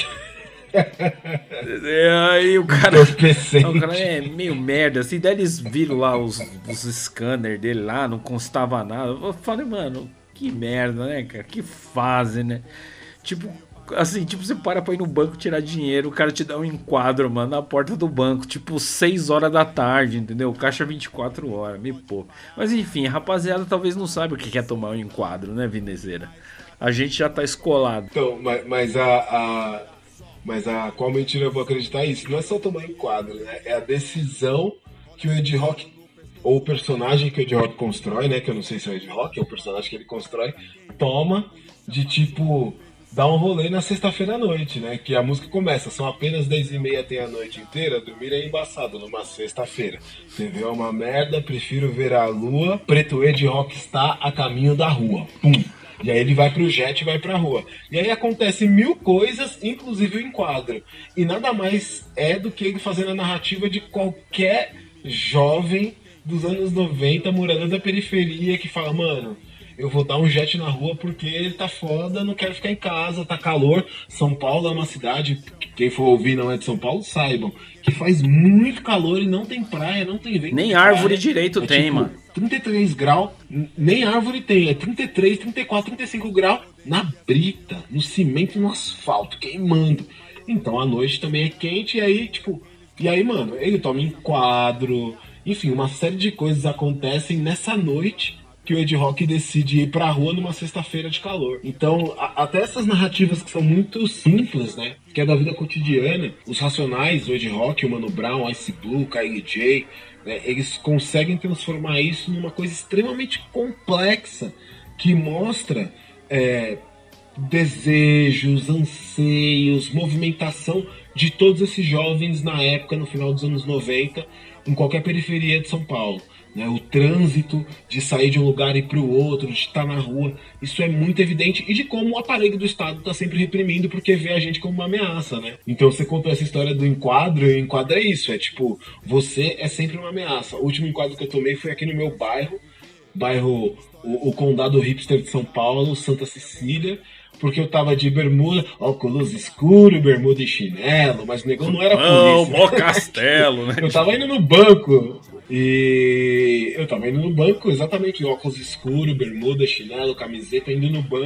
Aí o cara, o cara é meio merda assim. Daí eles viram lá os, os scanners dele lá, não constava nada. Eu falei, mano, que merda, né, cara? Que fase, né? Tipo, assim, tipo, você para pra ir no banco tirar dinheiro, o cara te dá um enquadro, mano, na porta do banco, tipo, seis horas da tarde, entendeu? Caixa vinte e quatro horas, me pô. Mas enfim, a rapaziada talvez não saiba o que é tomar um enquadro, né, Vinezeira? A gente já tá escolado. Então, mas, mas a... a... Mas a qual mentira eu vou acreditar isso? Não é só tomar enquadro, né? É a decisão que o Ed Rock, ou o personagem que o Ed Rock constrói, né? Que eu não sei se é o Ed Rock, é o personagem que ele constrói, toma de tipo dar um rolê na sexta-feira à noite, né? Que a música começa, são apenas dez e meia, tem a noite inteira, dormir é embaçado numa sexta-feira. T V é uma merda, prefiro ver a lua, Preto Ed Rock está a caminho da rua. Pum! E aí ele vai pro jet e vai pra rua. E aí acontece mil coisas, inclusive o enquadro. E nada mais é do que ele fazendo a narrativa de qualquer jovem dos anos noventa morando da periferia que fala, mano, eu vou dar um jet na rua porque ele tá foda, não quero ficar em casa, tá calor. São Paulo é uma cidade, quem for ouvir não é de São Paulo, saibam, que faz muito calor e não tem praia, não tem vento. Nem árvore direito é tem, tipo, mano. trinta e três graus, nem árvore tem, é trinta e três, trinta e quatro, trinta e cinco graus na brita, no cimento e no asfalto, queimando. Então a noite também é quente e aí, tipo, e aí, mano, ele toma enquadro, enfim, uma série de coisas acontecem nessa noite que o Ed Rock decide ir pra rua numa sexta-feira de calor. Então, a, até essas narrativas que são muito simples, né, que é da vida cotidiana, os Racionais, o Ed Rock, o Mano Brown, o Ice Blue, o K L J, né, eles conseguem transformar isso numa coisa extremamente complexa, que mostra é, desejos, anseios, movimentação de todos esses jovens na época, no final dos anos noventa, em qualquer periferia de São Paulo. Né, o trânsito de sair de um lugar e ir para o outro, de estar na rua, isso é muito evidente, e de como o aparelho do Estado está sempre reprimindo porque vê a gente como uma ameaça, né? Então você contou essa história do enquadro, e o enquadro é isso, é tipo, você é sempre uma ameaça. O último enquadro que eu tomei foi aqui no meu bairro, bairro, o, o condado hipster de São Paulo, Santa Cecília, porque eu tava de bermuda, óculos escuro, bermuda e chinelo, mas o negão não era não, polícia. Mó castelo, né? Eu tava indo no banco, e eu tava indo no banco, exatamente, óculos escuro, bermuda, chinelo, camiseta, indo no banco,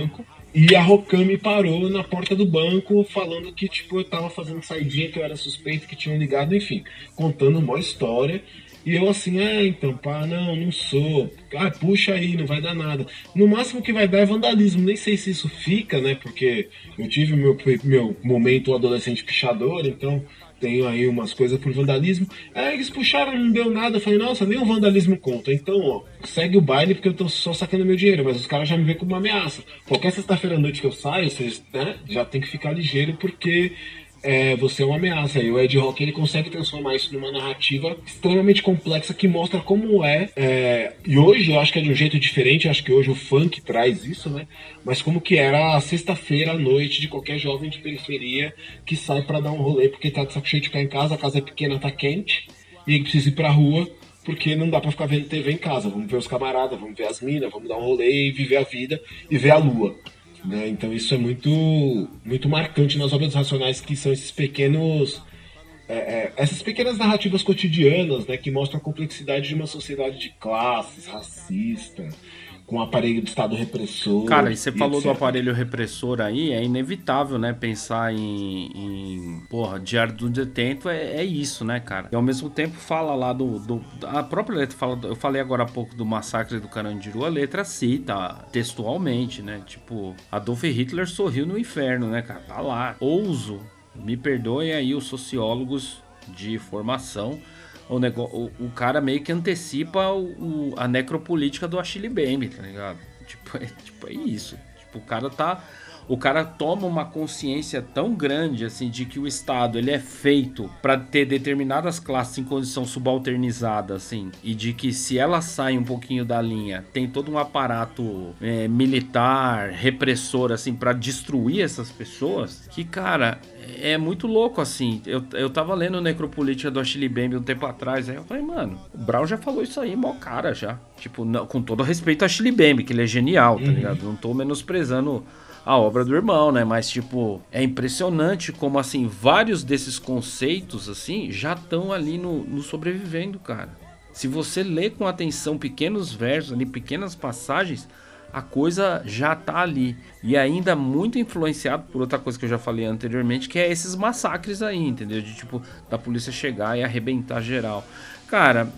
E a Rocan me parou na porta do banco falando que, tipo, eu tava fazendo saidinha, que eu era suspeito, que tinham ligado, enfim, contando uma história. E eu assim, é, então, pá, não, não sou. Ah, puxa aí, não vai dar nada. No máximo que vai dar é vandalismo. Nem sei se isso fica, né? Porque eu tive meu, meu momento adolescente pichador, então tenho aí umas coisas por vandalismo. Aí eles puxaram, não deu nada. Eu falei, nossa, nem o vandalismo conta. Então, ó, segue o baile porque eu tô só sacando meu dinheiro. Mas os caras já me veem como uma ameaça. Qualquer sexta-feira à noite que eu saio, vocês, né, já tem que ficar ligeiro porque é, você é uma ameaça. E o Ed Rock ele consegue transformar isso numa narrativa extremamente complexa que mostra como é, é. E hoje eu acho que é de um jeito diferente. Eu acho que hoje o funk traz isso, né? Mas como que era a sexta-feira à noite de qualquer jovem de periferia que sai para dar um rolê porque tá de saco cheio de ficar em casa, a casa é pequena, tá quente e ele precisa ir pra rua porque não dá pra ficar vendo T V em casa. Vamos ver os camaradas, vamos ver as minas, vamos dar um rolê e viver a vida e ver a lua. Né? Então isso é muito, muito marcante nas obras racionais, que são esses pequenos, é, é, essas pequenas narrativas cotidianas, né, que mostram a complexidade de uma sociedade de classes, racista, com o aparelho do Estado repressor. Cara, e você e falou do etcétera. aparelho repressor aí, é inevitável, né? Pensar em, em porra, Diário do Detento é, é isso, né, cara? E ao mesmo tempo fala lá do... do a própria letra fala... Eu falei agora há pouco do massacre do Carandiru, a letra cita textualmente, né? Tipo, Adolf Hitler sorriu no inferno, né, cara? Tá lá. Ouso, me perdoem aí os sociólogos de formação... O, negócio, o, o cara meio que antecipa o, o, a necropolítica do Achille Mbembe, tá ligado? Tipo é, tipo, é isso. Tipo, o cara tá... O cara toma uma consciência tão grande, assim, de que o Estado, ele é feito para ter determinadas classes em condição subalternizada, assim, e de que se elas saem um pouquinho da linha, tem todo um aparato é, militar, repressor, assim, para destruir essas pessoas, que, cara, é muito louco, assim. Eu, eu tava lendo Necropolítica do Achille Mbembe um tempo atrás, aí eu falei, mano, o Brown já falou isso aí, mó cara, já. Tipo, não, com todo respeito ao Achille Mbembe, que ele é genial, tá Uhum. ligado? Não tô menosprezando a obra do irmão, né? Mas, tipo, é impressionante como, assim, vários desses conceitos, assim, já estão ali no, no Sobrevivendo, cara. Se você lê com atenção pequenos versos ali, pequenas passagens, a coisa já tá ali. E ainda muito influenciado por outra coisa que eu já falei anteriormente, que é esses massacres aí, entendeu? De, tipo, da polícia chegar e arrebentar geral. Cara,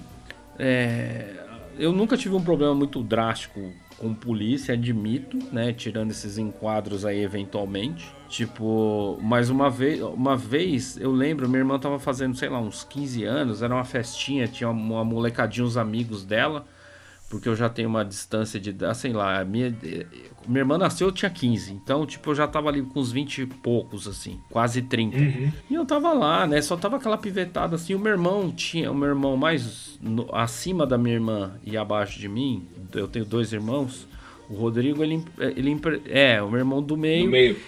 é... eu nunca tive um problema muito drástico com polícia, admito, né? Tirando esses enquadros aí eventualmente. Tipo, mas uma vez, uma vez eu lembro, minha irmã tava fazendo, sei lá, uns quinze anos, era uma festinha, tinha uma molecadinha, uns amigos dela, porque eu já tenho uma distância de, sei lá, minha, minha irmã nasceu, eu tinha quinze, então, tipo, eu já tava ali com uns vinte e poucos, assim, quase trinta. Uhum. E eu tava lá, né, só tava aquela pivetada, assim, o meu irmão tinha, o meu irmão mais no, acima da minha irmã e abaixo de mim, eu tenho dois irmãos, o Rodrigo, ele, ele é, o meu irmão do meio, No meio.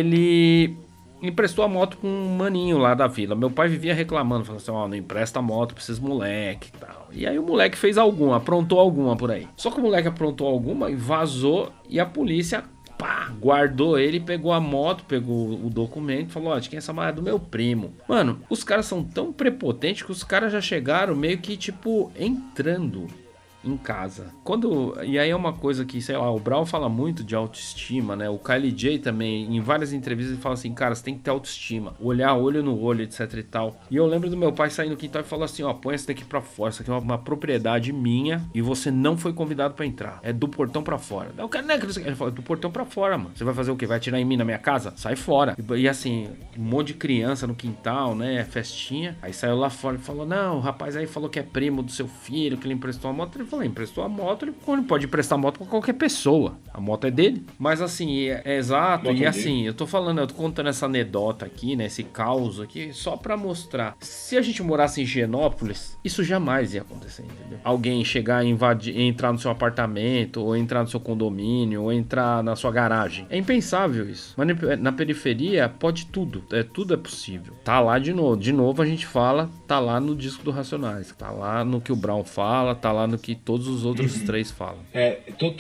ele emprestou a moto com um maninho lá da vila. Meu pai vivia reclamando, falando assim, ó, oh, não empresta a moto pra esses moleque e tal. E aí o moleque fez alguma, aprontou alguma por aí. Só que o moleque aprontou alguma e vazou, e a polícia, pá, guardou ele, pegou a moto, pegou o documento e falou, ó, oh, de quem é essa malha? Do meu primo. Mano, os caras são tão prepotentes que os caras já chegaram meio que, tipo, entrando em casa. Quando, e aí é uma coisa que, sei lá, o Brown fala muito de autoestima, né? O Kylie J também, em várias entrevistas, ele fala assim, cara, você tem que ter autoestima, olhar olho no olho, etc e tal. E eu lembro do meu pai sair no quintal e falar assim, ó, põe essa daqui pra fora, isso aqui é uma, uma propriedade minha e você não foi convidado pra entrar. É do portão pra fora. Eu quero, né? Ele fala, do portão pra fora, mano. Você vai fazer o quê? Vai atirar em mim na minha casa? Sai fora. E, e assim, um monte de criança no quintal, né? Festinha. Aí saiu lá fora e falou, não, o rapaz aí falou que é primo do seu filho, que ele emprestou a moto. Ele falou, emprestou a moto, ele pode emprestar a moto pra qualquer pessoa. A moto é dele. Mas assim, é, é exato. Moto e é assim, eu tô falando, eu tô contando essa anedota aqui, né? Esse caos aqui, só pra mostrar. Se a gente morasse em Higienópolis, isso jamais ia acontecer, entendeu? Alguém chegar e invadir, entrar no seu apartamento, ou entrar no seu condomínio, ou entrar na sua garagem. É impensável isso. Mas na periferia, pode tudo. É, tudo é possível. Tá lá de novo. De novo a gente fala, tá lá no disco do Racionais. Tá lá no que o Brown fala, tá lá no que todos os outros uhum. três falam. É, total.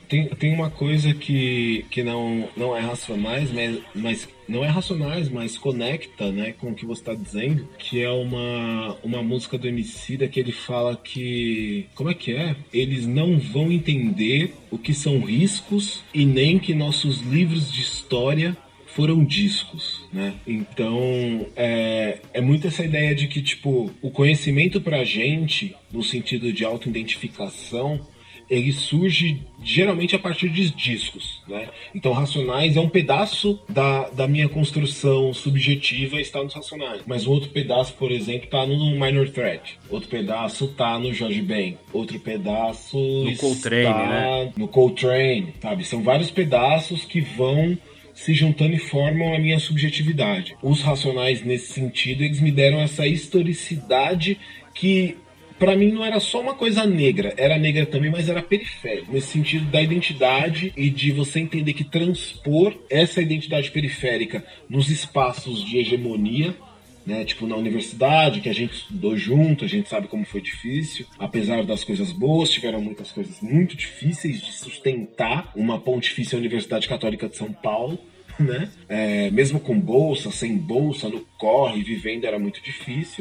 tem, tem uma coisa que, que não, não é racionais, mas, mas não é racionais, mas conecta, né, com o que você está dizendo, que é uma, uma música do Emicida que ele fala que, como é que é? Eles não vão entender o que são riscos e nem que nossos livros de história foram discos, né? Então, é, é muito essa ideia de que, tipo, o conhecimento pra gente, no sentido de auto-identificação, ele surge geralmente a partir de discos, né? Então, Racionais é um pedaço da, da minha construção subjetiva está nos Racionais. Mas um outro pedaço, por exemplo, tá no Minor Threat. Outro pedaço tá no Jorge Ben. Outro pedaço no Coltrane, está né? no Coltrane, sabe? São vários pedaços que vão se juntando e formam a minha subjetividade. Os Racionais, nesse sentido, eles me deram essa historicidade que, pra mim, não era só uma coisa negra. Era negra também, mas era periférica. Nesse sentido da identidade e de você entender que transpor essa identidade periférica nos espaços de hegemonia, né, tipo na universidade, que a gente estudou junto, a gente sabe como foi difícil. Apesar das coisas boas, tiveram muitas coisas muito difíceis de sustentar uma Pontifícia Universidade Católica de São Paulo, né? É, mesmo com bolsa, sem bolsa, no corre, vivendo era muito difícil.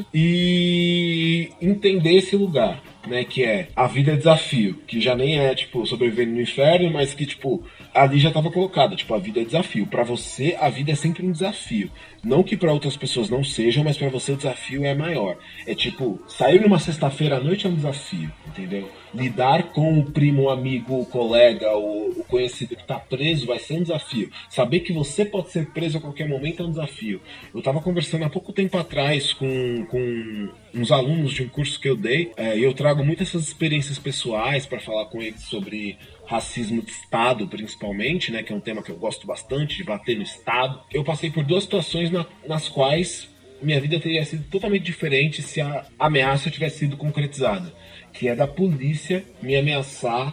E entender esse lugar, né, que é a vida é desafio, que já nem é, tipo, sobrevivendo no inferno, mas que, tipo, ali já estava colocado, tipo, a vida é desafio. Para você, a vida é sempre um desafio. Não que para outras pessoas não sejam, mas para você o desafio é maior. É tipo, sair numa sexta-feira à noite é um desafio, entendeu? Lidar com o primo, o amigo, o colega, o, o conhecido que está preso vai ser um desafio. Saber que você pode ser preso a qualquer momento é um desafio. Eu estava conversando há pouco tempo atrás com, com uns alunos de um curso que eu dei, é, e eu trago muitas essas experiências pessoais para falar com eles sobre racismo de Estado, principalmente, né, que é um tema que eu gosto bastante, de bater no Estado. Eu passei por duas situações na, nas quais minha vida teria sido totalmente diferente se a ameaça tivesse sido concretizada, que é da polícia me ameaçar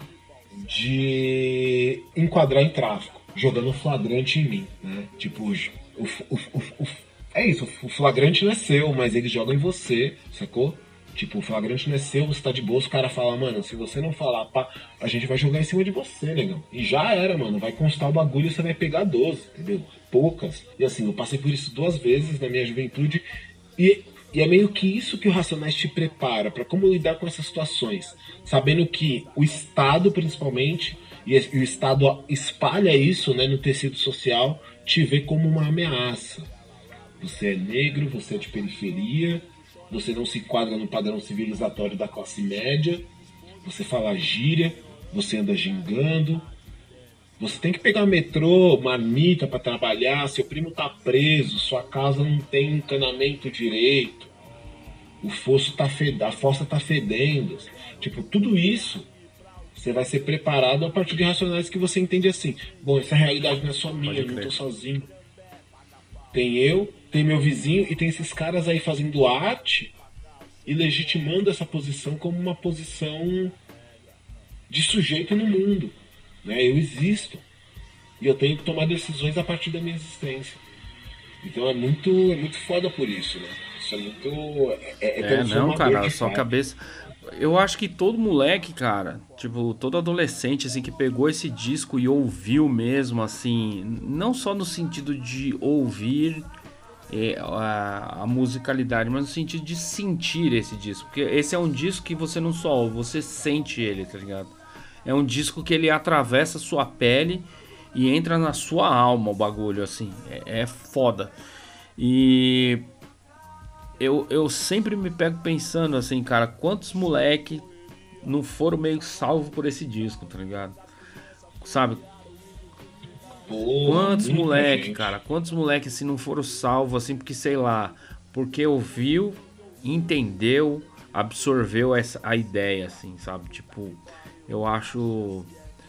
de enquadrar em tráfico, jogando flagrante em mim, né? Tipo, o, o, o, o, é isso, o flagrante não é seu, mas eles jogam em você, sacou? Tipo, o flagrante não é seu, você tá de boa, o cara fala, mano, se você não falar, pá, a gente vai jogar em cima de você, negão. E já era, mano, vai constar o bagulho e você vai pegar doze, entendeu? Poucas. E assim, eu passei por isso duas vezes na minha juventude e, e é meio que isso que o Racionais te prepara pra como lidar com essas situações. Sabendo que o Estado, principalmente, e, e o Estado espalha isso, né, no tecido social, te vê como uma ameaça. Você é negro, você é de periferia, você não se enquadra no padrão civilizatório da classe média, você fala gíria, você anda gingando, você tem que pegar metrô, marmita para trabalhar, seu primo tá preso, sua casa não tem encanamento direito, o fosso tá fed... a fossa tá fedendo. Tipo, tudo isso você vai ser preparado a partir de racionais que você entende assim. Bom, essa realidade não é só minha, eu não tô sozinho. Tem eu, tem meu vizinho e tem esses caras aí fazendo arte e legitimando essa posição como uma posição de sujeito no mundo, né? Eu existo e eu tenho que tomar decisões a partir da minha existência. Então é muito, é muito foda por isso, né? Isso é muito... É, é, É, não, cara, a sua fato. cabeça... Eu acho que todo moleque, cara, tipo, todo adolescente, assim, que pegou esse disco e ouviu mesmo, assim, não só no sentido de ouvir é, a, a musicalidade, mas no sentido de sentir esse disco. Porque esse é um disco que você não só ouve, você sente ele, tá ligado? É um disco que ele atravessa a sua pele e entra na sua alma, o bagulho, assim, é, é foda. E... Eu, eu sempre me pego pensando assim, cara, quantos moleque não foram meio salvos por esse disco, tá ligado? Sabe? Pô, Quantos moleque, gente. cara, quantos moleque assim não foram salvos assim, porque sei lá, porque ouviu, entendeu, absorveu essa, a ideia, assim, sabe? Tipo, eu acho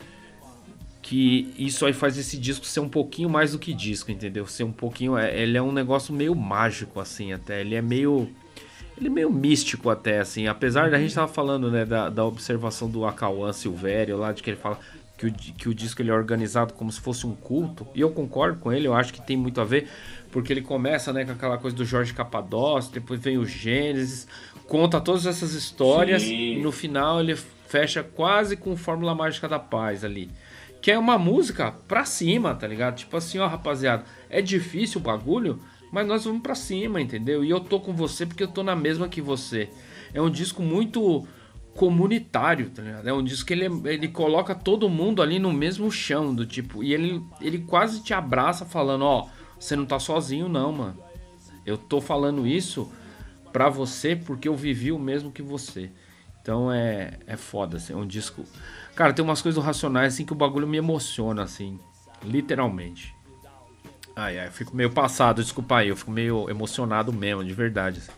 que isso aí faz esse disco ser um pouquinho mais do que disco, entendeu? Ser um pouquinho, ele é um negócio meio mágico assim, até, ele é meio ele é meio místico até assim, apesar da gente tava falando, né, da, da observação do Acauã Silvério lá, de que ele fala que o, que o disco ele é organizado como se fosse um culto, e eu concordo com ele, eu acho que tem muito a ver, porque ele começa, né, com aquela coisa do Jorge Capadócio, depois vem o Gênesis, conta todas essas histórias, Sim. e no final ele fecha quase com Fórmula Mágica da Paz ali. que é uma música pra cima, tá ligado? Tipo assim, ó, rapaziada, é difícil o bagulho, mas nós vamos pra cima, entendeu? E eu tô com você porque eu tô na mesma que você. É um disco muito comunitário, tá ligado? É um disco que ele, ele coloca todo mundo ali no mesmo chão, do tipo, e ele, ele quase te abraça falando, ó, você não tá sozinho não, mano. Eu tô falando isso pra você porque eu vivi o mesmo que você. Então é, é foda, assim, é um disco... Cara, tem umas coisas do Racionais, assim, que o bagulho me emociona, assim, literalmente. Ai, ai, eu fico meio passado, desculpa aí, eu fico meio emocionado mesmo, de verdade. Assim.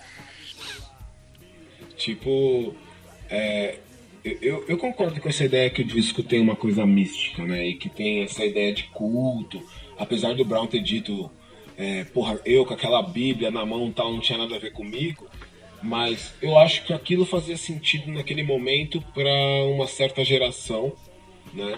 Tipo, é, eu, eu concordo com essa ideia que o disco tem uma coisa mística, né? E que tem essa ideia de culto. Apesar do Brown ter dito, é, porra, eu com aquela Bíblia na mão tal, não tinha nada a ver comigo. Mas eu acho que aquilo fazia sentido naquele momento para uma certa geração, né?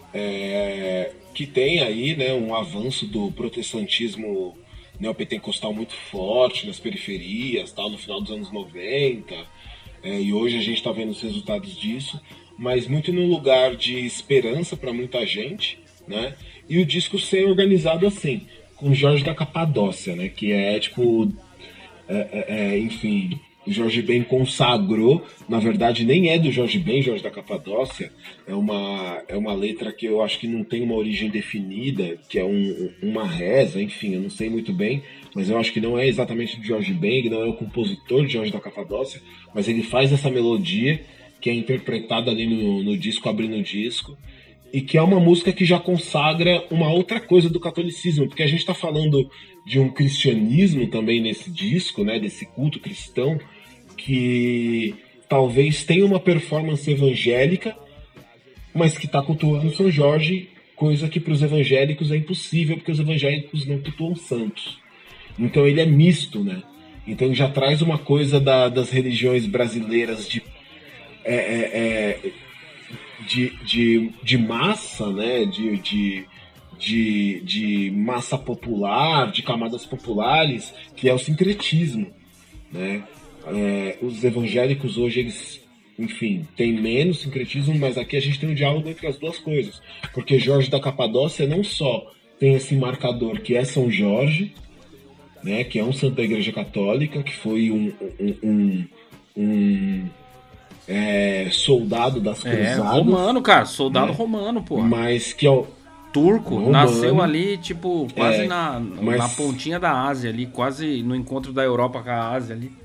É, que tem aí, né, um avanço do protestantismo neopentecostal muito forte nas periferias, tal, no final dos anos noventa, é, e hoje a gente está vendo os resultados disso, mas muito no lugar de esperança para muita gente, né? E o disco ser organizado assim, com Jorge da Capadócia, né? Que é tipo, é, é, é, enfim, o Jorge Ben consagrou, na verdade nem é do Jorge Ben, Jorge da Capadócia, é uma, é uma letra que eu acho que não tem uma origem definida, que é um, uma reza, enfim, eu não sei muito bem, mas eu acho que não é exatamente do Jorge Ben, não é o compositor de Jorge da Capadócia, mas ele faz essa melodia que é interpretada ali no, no disco, abrindo o disco, e que é uma música que já consagra uma outra coisa do catolicismo, porque a gente está falando de um cristianismo também nesse disco, né, desse culto cristão, que talvez tenha uma performance evangélica, mas que está cultuando São Jorge, coisa que para os evangélicos é impossível, porque os evangélicos não cultuam santos. Então ele é misto, né? Então ele já traz uma coisa da, das religiões brasileiras de... É, é, é, De, de, de massa, né? de, de, de, de massa popular, de camadas populares, que é o sincretismo. Né? É, os evangélicos hoje, eles, enfim, têm menos sincretismo, mas aqui a gente tem um diálogo entre as duas coisas. Porque Jorge da Capadócia não só tem esse marcador que é São Jorge, né? Que é um santo da Igreja Católica, que foi um... um, um, um É, soldado das cruzadas. É, romano, cara, soldado né? romano, pô. Mas que é o turco, romano, nasceu ali, tipo, quase é, na, mas... na pontinha da Ásia ali, quase no encontro da Europa com a Ásia ali.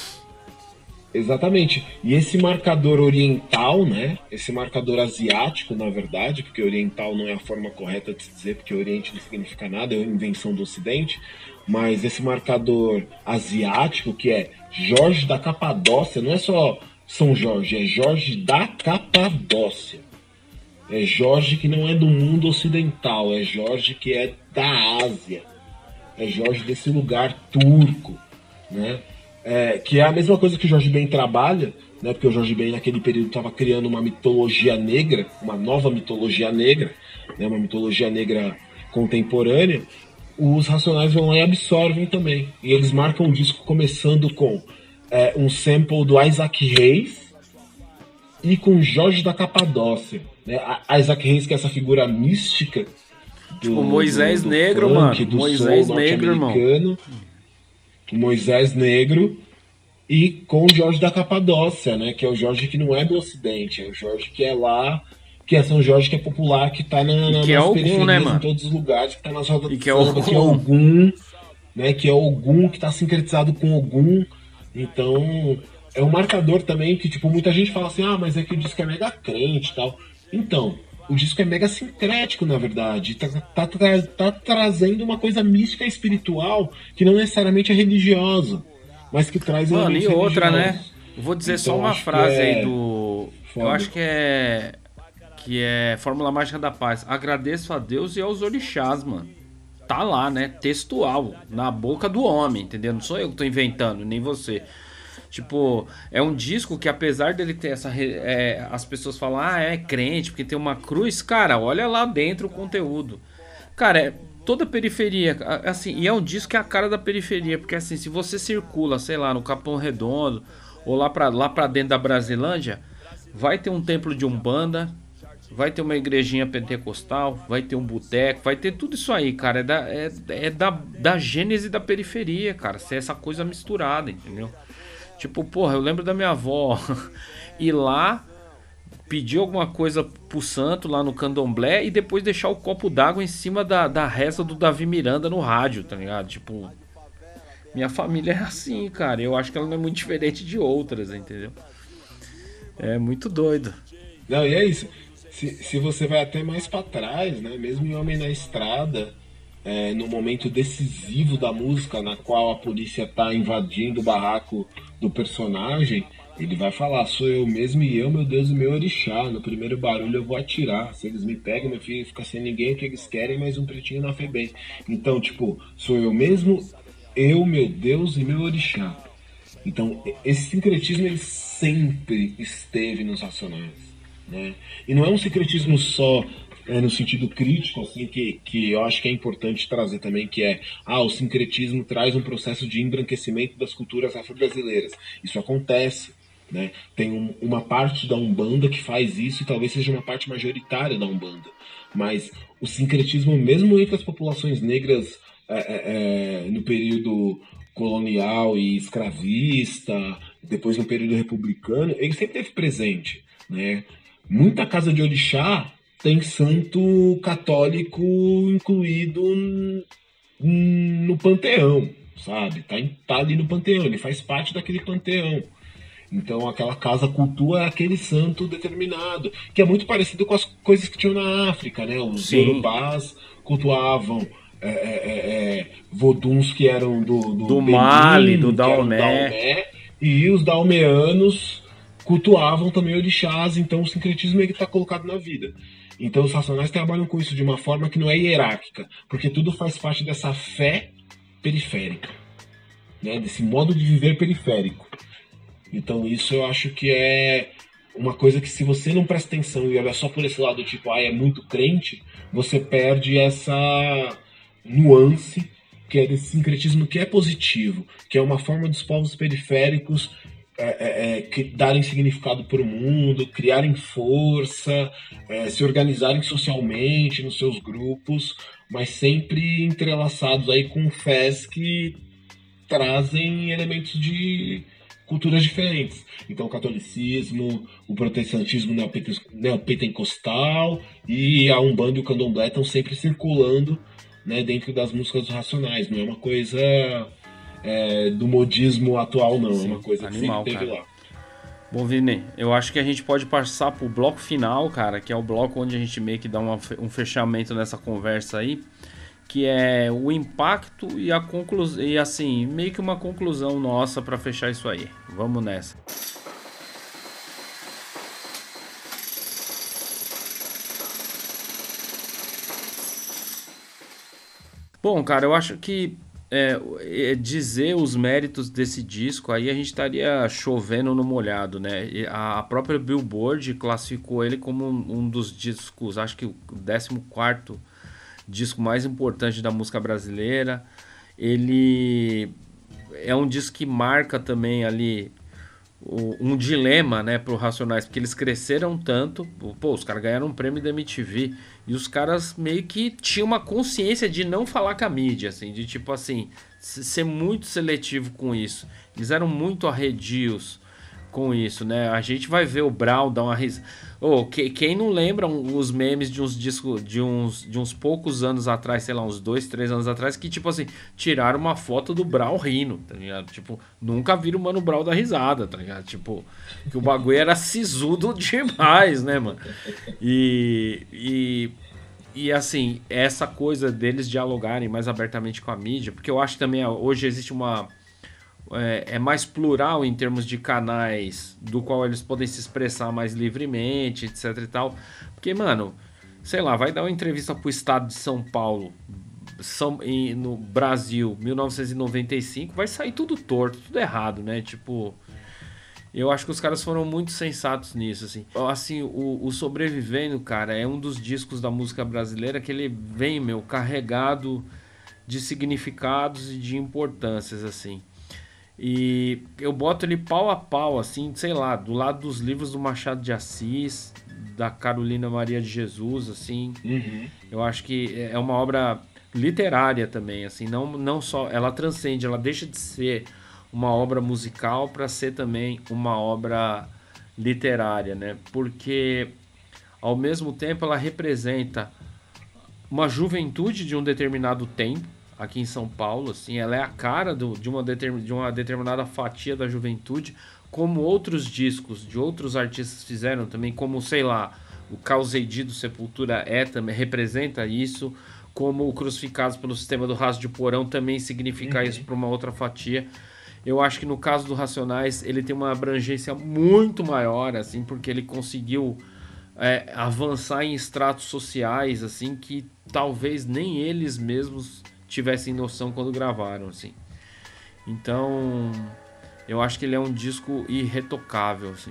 Exatamente. E esse marcador oriental, né? Esse marcador asiático, na verdade, porque oriental não é a forma correta de se dizer, porque Oriente não significa nada, é uma invenção do Ocidente. Mas esse marcador asiático, que é Jorge da Capadócia, não é só São Jorge, é Jorge da Capadócia. É Jorge que não é do mundo ocidental, é Jorge que é da Ásia. É Jorge desse lugar turco, né? É, que é a mesma coisa que o Jorge Ben trabalha, né? Porque o Jorge Ben naquele período estava criando uma mitologia negra, uma nova mitologia negra, né? Uma mitologia negra contemporânea. Os Racionais vão lá e absorvem também. E eles marcam o disco começando com é, um sample do Isaac Reis e com Jorge da Capadócia. Né? A Isaac Reis, que é essa figura mística do, tipo, Moisés do, do Negro, funk, mano. do Moisés soul Negro, irmão. Moisés Negro e com o Jorge da Capadócia, né? Que é o Jorge que não é do Ocidente, é o Jorge que é lá, que é São Jorge que é popular, que tá na, na, que nas é periferias, Ogum, né, mano? em todos os lugares, que tá nas rodas de samba, é que é Ogum, né? Que é Ogum, que tá sincretizado com Ogum. Então, é um marcador também que, tipo, muita gente fala assim, ah, mas é que o disco é mega crente e tal. Então, o disco é mega sincrético, na verdade. Tá, tá, tá, tá trazendo uma coisa mística e espiritual que não necessariamente é religiosa, mas que traz Mano, elementos e outra, né? religiosos. Eu vou dizer Então, só uma acho que frase é aí do... foda. Eu acho que é... Que é Fórmula Mágica da Paz. Agradeço a Deus e aos orixás, mano. Tá lá, né? Textual. Na boca do homem, entendeu? Não sou eu que tô inventando, nem você. Tipo, é um disco que apesar dele ter essa... É, as pessoas falam, ah, é crente, porque tem uma cruz. Cara, olha lá dentro o conteúdo. Cara, é toda a periferia, assim, e é um disco que é a cara da periferia, porque assim, se você circula, sei lá, no Capão Redondo, ou lá pra, lá pra dentro da Brasilândia, vai ter um templo de Umbanda, vai ter uma igrejinha pentecostal, vai ter um boteco, vai ter tudo isso aí, cara. É da, é, é da, da gênese da periferia, cara. Ser essa coisa misturada, entendeu? Tipo, porra, eu lembro da minha avó ir lá, pedir alguma coisa pro santo lá no candomblé e depois deixar o copo d'água em cima da, da reza do Davi Miranda no rádio, tá ligado? Tipo, minha família é assim, cara. Eu acho que ela não é muito diferente de outras, entendeu? É muito doido. Não, e é isso. Se, se você vai até mais pra trás, né? Mesmo em Homem na Estrada, é, no momento decisivo da música, na qual a polícia tá invadindo o barraco do personagem, ele vai falar: sou eu mesmo e eu, meu Deus e meu orixá. No primeiro barulho eu vou atirar. Se eles me pegam, meu filho fica sem ninguém, o que eles querem, mas um pretinho na FEBEM. Então, tipo, sou eu mesmo, eu, meu Deus e meu orixá. Então, esse sincretismo ele sempre esteve nos Racionais, né? E não é um sincretismo só é, no sentido crítico, assim, que, que eu acho que é importante trazer também, que é, ah, o sincretismo traz um processo de embranquecimento das culturas afro-brasileiras. Isso acontece, né? Tem um, uma parte da Umbanda que faz isso e talvez seja uma parte majoritária da Umbanda. Mas o sincretismo, mesmo entre as populações negras é, é, é, no período colonial e escravista, depois no período republicano, ele sempre esteve presente, né? Muita casa de orixá tem santo católico incluído no panteão, sabe? Tá, em, tá ali no panteão, ele faz parte daquele panteão. Então aquela casa cultua aquele santo determinado, que é muito parecido com as coisas que tinham na África, né? Os Yorubás cultuavam é, é, é, voduns que eram do, do, do Benin, Mali, do que eram Daomé. Daomé, e os daomeanos cultuavam também orixás, então o sincretismo ele está colocado na vida. Então os Racionais trabalham com isso de uma forma que não é hierárquica, porque tudo faz parte dessa fé periférica, né? Desse modo de viver periférico. Então isso eu acho que é uma coisa que, se você não presta atenção e olha só por esse lado, tipo, ah, é muito crente, você perde essa nuance que é desse sincretismo que é positivo, que é uma forma dos povos periféricos é, é, é, que darem significado para o mundo, criarem força, é, se organizarem socialmente nos seus grupos, mas sempre entrelaçados aí com fés que trazem elementos de culturas diferentes. Então o catolicismo, o protestantismo neopentecostal e a Umbanda e o Candomblé estão sempre circulando, né, dentro das músicas dos Racionais. Não é uma coisa é, do modismo atual, não. Sim, é uma coisa animal, que sempre teve, cara, lá. Bom, Vini, eu acho que a gente pode passar pro bloco final, cara, que é o bloco onde a gente meio que dá uma, um fechamento nessa conversa aí, que é o impacto e a conclusão, e assim, meio que uma conclusão nossa para fechar isso aí. Vamos nessa. Bom, cara, eu acho que é, é dizer os méritos desse disco aí a gente estaria chovendo no molhado, né? E a própria Billboard classificou ele como um, um dos discos, acho que o décimo quarto disco mais importante da música brasileira. Ele é um disco que marca também ali um dilema, né, pro Racionais, porque eles cresceram tanto, pô, os caras ganharam um prêmio da M T V e os caras meio que tinham uma consciência de não falar com a mídia, assim, de tipo assim, ser muito seletivo com isso. Eles eram muito arredios com isso, né? A gente vai ver o Brau dar uma risada. Oh, que, quem não lembra os memes de uns discos de uns, de uns poucos anos atrás, sei lá, uns dois, três anos atrás, que tipo assim, tiraram uma foto do Brau rindo, tá ligado? Tipo, nunca viram o Mano Brau dar risada, tá ligado? Tipo, que o bagulho era sisudo demais, né, mano? E, e, e assim, essa coisa deles dialogarem mais abertamente com a mídia, porque eu acho que também hoje existe uma... É, é mais plural em termos de canais do qual eles podem se expressar mais livremente, etc e tal. Porque, mano, sei lá, vai dar uma entrevista pro estado de São Paulo, São, em, no Brasil, mil novecentos e noventa e cinco, vai sair tudo torto, tudo errado, né? Tipo, eu acho que os caras foram muito sensatos nisso, assim. Assim, o, o Sobrevivendo, cara, é um dos discos da música brasileira que ele vem, meu, carregado de significados e de importâncias, assim. E eu boto ele pau a pau, assim, sei lá, do lado dos livros do Machado de Assis, da Carolina Maria de Jesus, assim. Uhum. Eu acho que é uma obra literária também, assim, não, não só... Ela transcende, ela deixa de ser uma obra musical para ser também uma obra literária, né? Porque, ao mesmo tempo, ela representa uma juventude de um determinado tempo, aqui em São Paulo, assim, ela é a cara do, de, uma determin, de uma determinada fatia da juventude, como outros discos de outros artistas fizeram também, como, sei lá, o Caos Eidi do Sepultura é, também, representa isso, como o Crucificados pelo Sistema do Raso de Porão também significa Uhum. isso para uma outra fatia. Eu acho que no caso do Racionais ele tem uma abrangência muito maior, assim, porque ele conseguiu é, avançar em estratos sociais, assim, que talvez nem eles mesmos tivessem noção quando gravaram, assim. Então, eu acho que ele é um disco irretocável, assim.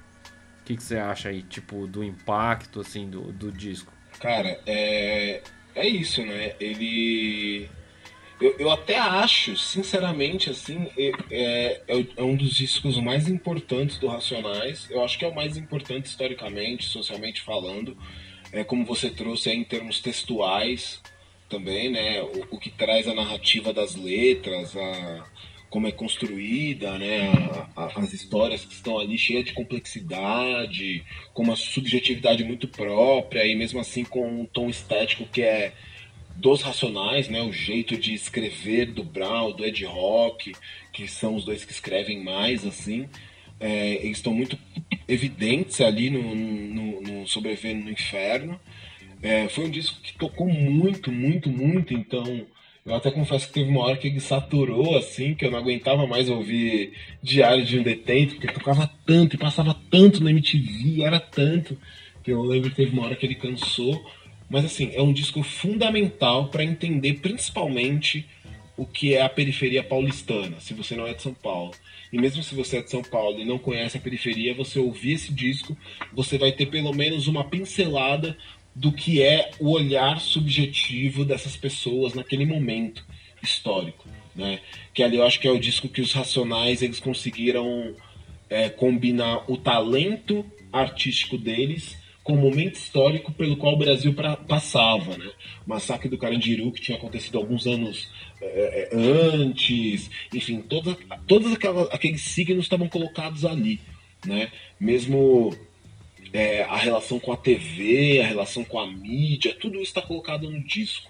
O que, que você acha aí, tipo, do impacto, assim, do, do disco? Cara, é, é isso, né? Ele. Eu, eu até acho, sinceramente, assim, é, é, é um dos discos mais importantes do Racionais. Eu acho que é o mais importante historicamente, socialmente falando. É como você trouxe aí em termos textuais também, né? O, o que traz a narrativa das letras, a, como é construída, né? A, a, as histórias que estão ali cheias de complexidade, com uma subjetividade muito própria e mesmo assim com um tom estético que é dos Racionais, né? O jeito de escrever do Brown, do Ed Rock, que são os dois que escrevem mais, assim. É, eles estão muito evidentes ali no, no, no Sobrevivendo no Inferno. É, foi um disco que tocou muito, muito, muito, então eu até confesso que teve uma hora que ele saturou, assim, que eu não aguentava mais ouvir Diário de um Detento, porque tocava tanto e passava tanto na M T V, era tanto, que eu lembro que teve uma hora que ele cansou. Mas assim, é um disco fundamental para entender principalmente o que é a periferia paulistana, se você não é de São Paulo. E mesmo se você é de São Paulo e não conhece a periferia, você ouvir esse disco, você vai ter pelo menos uma pincelada do que é o olhar subjetivo dessas pessoas naquele momento histórico, né? Que ali eu acho que é o disco que os Racionais eles conseguiram é, combinar o talento artístico deles com o momento histórico pelo qual o Brasil pra, passava, né? O massacre do Carandiru, que tinha acontecido alguns anos é, antes, enfim, todos todas aquelas, aqueles signos estavam colocados ali, né? Mesmo é, a relação com a T V, a relação com a mídia, tudo isso está colocado no disco.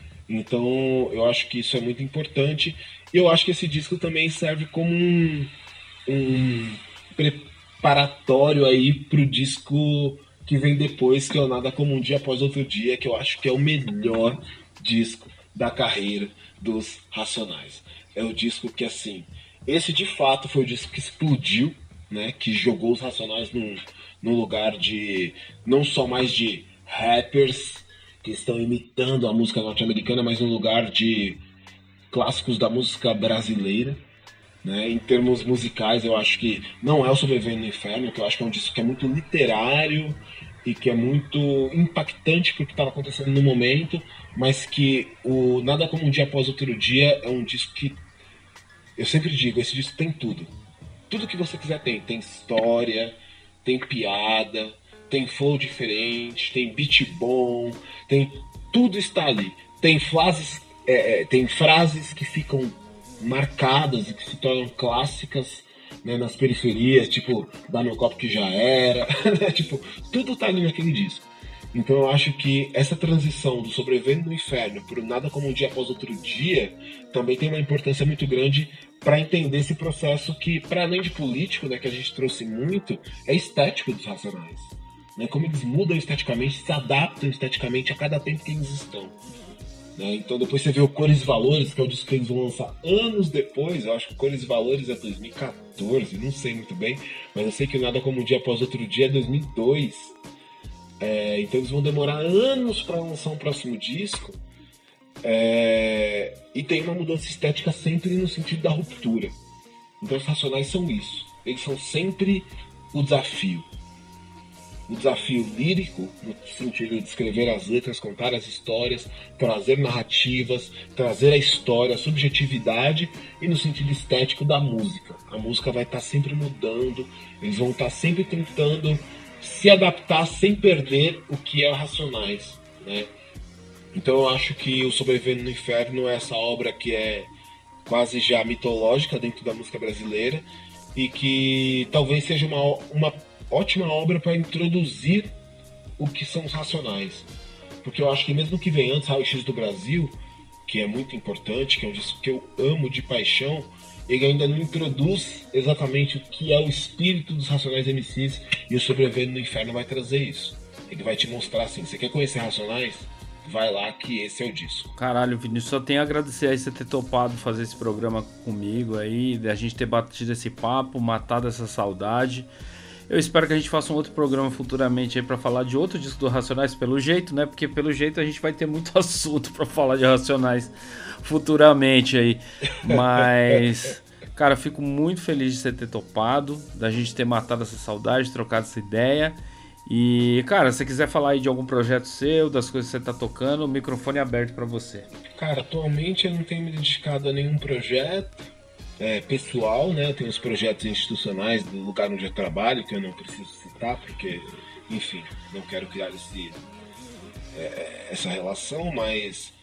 Então, eu acho que isso é muito importante. E eu acho que esse disco também serve como um, um preparatório aí pro disco que vem depois, que é o Nada Como Um Dia Após Outro Dia, que eu acho que é o melhor disco da carreira dos Racionais. É o disco que, assim, esse de fato foi o disco que explodiu, né, que jogou os Racionais num, num lugar de, não só mais de rappers que estão imitando a música norte-americana, mas num lugar de clássicos da música brasileira. Né? Em termos musicais, eu acho que não é o Sobrevivendo no Inferno, que eu acho que é um disco que é muito literário e que é muito impactante porque estava acontecendo no momento, mas que o Nada Como Um Dia Após Outro Dia é um disco que, eu sempre digo, esse disco tem tudo. Tudo que você quiser tem. Tem história, tem piada, tem flow diferente, tem beat bom, tem tudo está ali. Tem frases, é, tem frases que ficam marcadas e que se tornam clássicas, né, nas periferias, tipo, dá meu copo que já era, né, tipo, tudo tá ali naquele disco. Então eu acho que essa transição do Sobrevivendo no Inferno pro Nada Como Um Dia Após Outro Dia também tem uma importância muito grande para entender esse processo que, para além de político, né, que a gente trouxe muito, é estético dos Racionais. Né, como eles mudam esteticamente, se adaptam esteticamente a cada tempo que eles estão. Né? Então depois você vê o Cores e Valores, que é o disco que eles vão lançar anos depois. Eu acho que o Cores e Valores é dois mil e quatorze, não sei muito bem, mas eu sei que o Nada Como Um Dia Após Outro Dia é dois mil e dois. É, então eles vão demorar anos para lançar um próximo disco. É, e tem uma mudança estética sempre no sentido da ruptura. Então os Racionais são isso. Eles são sempre o desafio. O desafio lírico, no sentido de escrever as letras, contar as histórias, trazer narrativas, trazer a história, a subjetividade, e no sentido estético da música. A música vai estar sempre mudando, eles vão estar sempre tentando se adaptar sem perder o que é Racionais, né? Então eu acho que o Sobrevivendo no Inferno é essa obra que é quase já mitológica dentro da música brasileira e que talvez seja uma, uma ótima obra para introduzir o que são os Racionais. Porque eu acho que mesmo que vem antes, Raio X do Brasil, que é muito importante, que é um disco que eu amo de paixão, ele ainda não introduz exatamente o que é o espírito dos Racionais M Cs, e o Sobrevivendo no Inferno vai trazer isso. Ele vai te mostrar assim, você quer conhecer Racionais? Vai lá que esse é o disco. Caralho, Vinícius, só tenho a agradecer aí você ter topado fazer esse programa comigo aí, a gente ter batido esse papo, matado essa saudade. Eu espero que a gente faça um outro programa futuramente aí pra falar de outro disco do Racionais, pelo jeito, né? Porque pelo jeito a gente vai ter muito assunto pra falar de Racionais futuramente aí. Mas, cara, eu fico muito feliz de você ter topado, da gente ter matado essa saudade, trocado essa ideia. E, cara, se você quiser falar aí de algum projeto seu, das coisas que você tá tocando, o microfone é aberto pra você. Cara, atualmente eu não tenho me dedicado a nenhum projeto. É, pessoal, né? Eu tenho os projetos institucionais do lugar onde eu trabalho, que eu não preciso citar, porque, enfim, não quero criar esse, é, essa relação, mas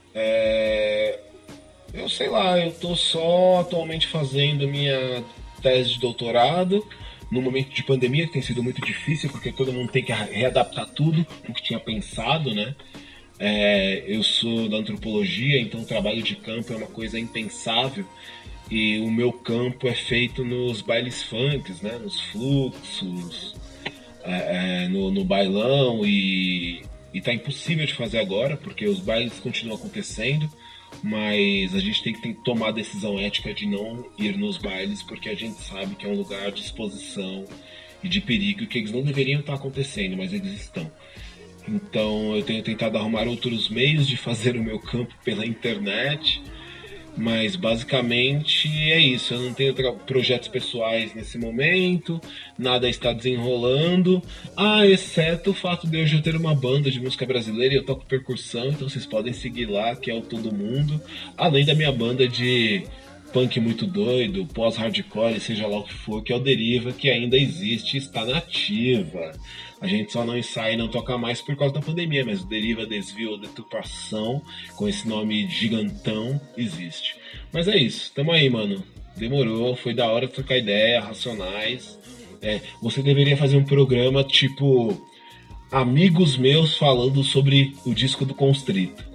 é, eu sei lá, eu tô só atualmente fazendo minha tese de doutorado, no momento de pandemia, que tem sido muito difícil, porque todo mundo tem que readaptar tudo o que tinha pensado, né? É, eu sou da antropologia, então o trabalho de campo é uma coisa impensável. E o meu campo é feito nos bailes funks, né? Nos fluxos, é, é, no, no bailão, e, e tá impossível de fazer agora, porque os bailes continuam acontecendo, mas a gente tem que, tem que tomar a decisão ética de não ir nos bailes, porque a gente sabe que é um lugar de exposição e de perigo, que eles não deveriam estar acontecendo, mas eles estão. Então eu tenho tentado arrumar outros meios de fazer o meu campo pela internet, mas basicamente é isso. Eu não tenho projetos pessoais nesse momento, nada está desenrolando, ah, exceto o fato de eu já ter uma banda de música brasileira e eu toco percussão, então vocês podem seguir lá, que é o Todo Mundo, além da minha banda de punk muito doido, pós-hardcore, seja lá o que for, que é o Deriva, que ainda existe e está nativa. A gente só não ensaia e não toca mais por causa da pandemia, mas o Deriva, Desvio, Deturpação, com esse nome gigantão, existe. Mas é isso, tamo aí, mano. Demorou, foi da hora trocar ideia, Racionais. É, você deveria fazer um programa tipo amigos meus falando sobre o disco do Constrito.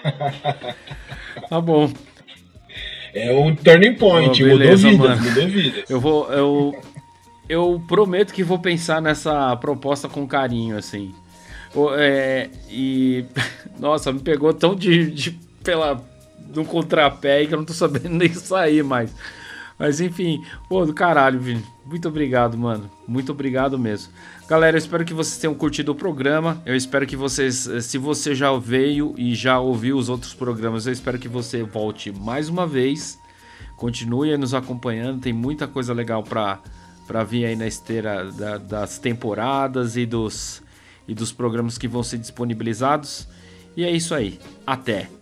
Tá bom. É um turning point, oh, beleza, mudou vidas, mudou vidas. Eu vou... Eu... Eu prometo que vou pensar nessa proposta com carinho, assim. É, e... Nossa, me pegou tão de, de pela, no contrapé que eu não tô sabendo nem sair mais. Mas enfim, pô, do caralho, Vini. Muito obrigado, mano. Muito obrigado mesmo. Galera, eu espero que vocês tenham curtido o programa. Eu espero que vocês, se você já veio e já ouviu os outros programas, eu espero que você volte mais uma vez. Continue nos acompanhando, tem muita coisa legal pra... para vir aí na esteira da, das temporadas e dos, e dos programas que vão ser disponibilizados. E é isso aí. Até!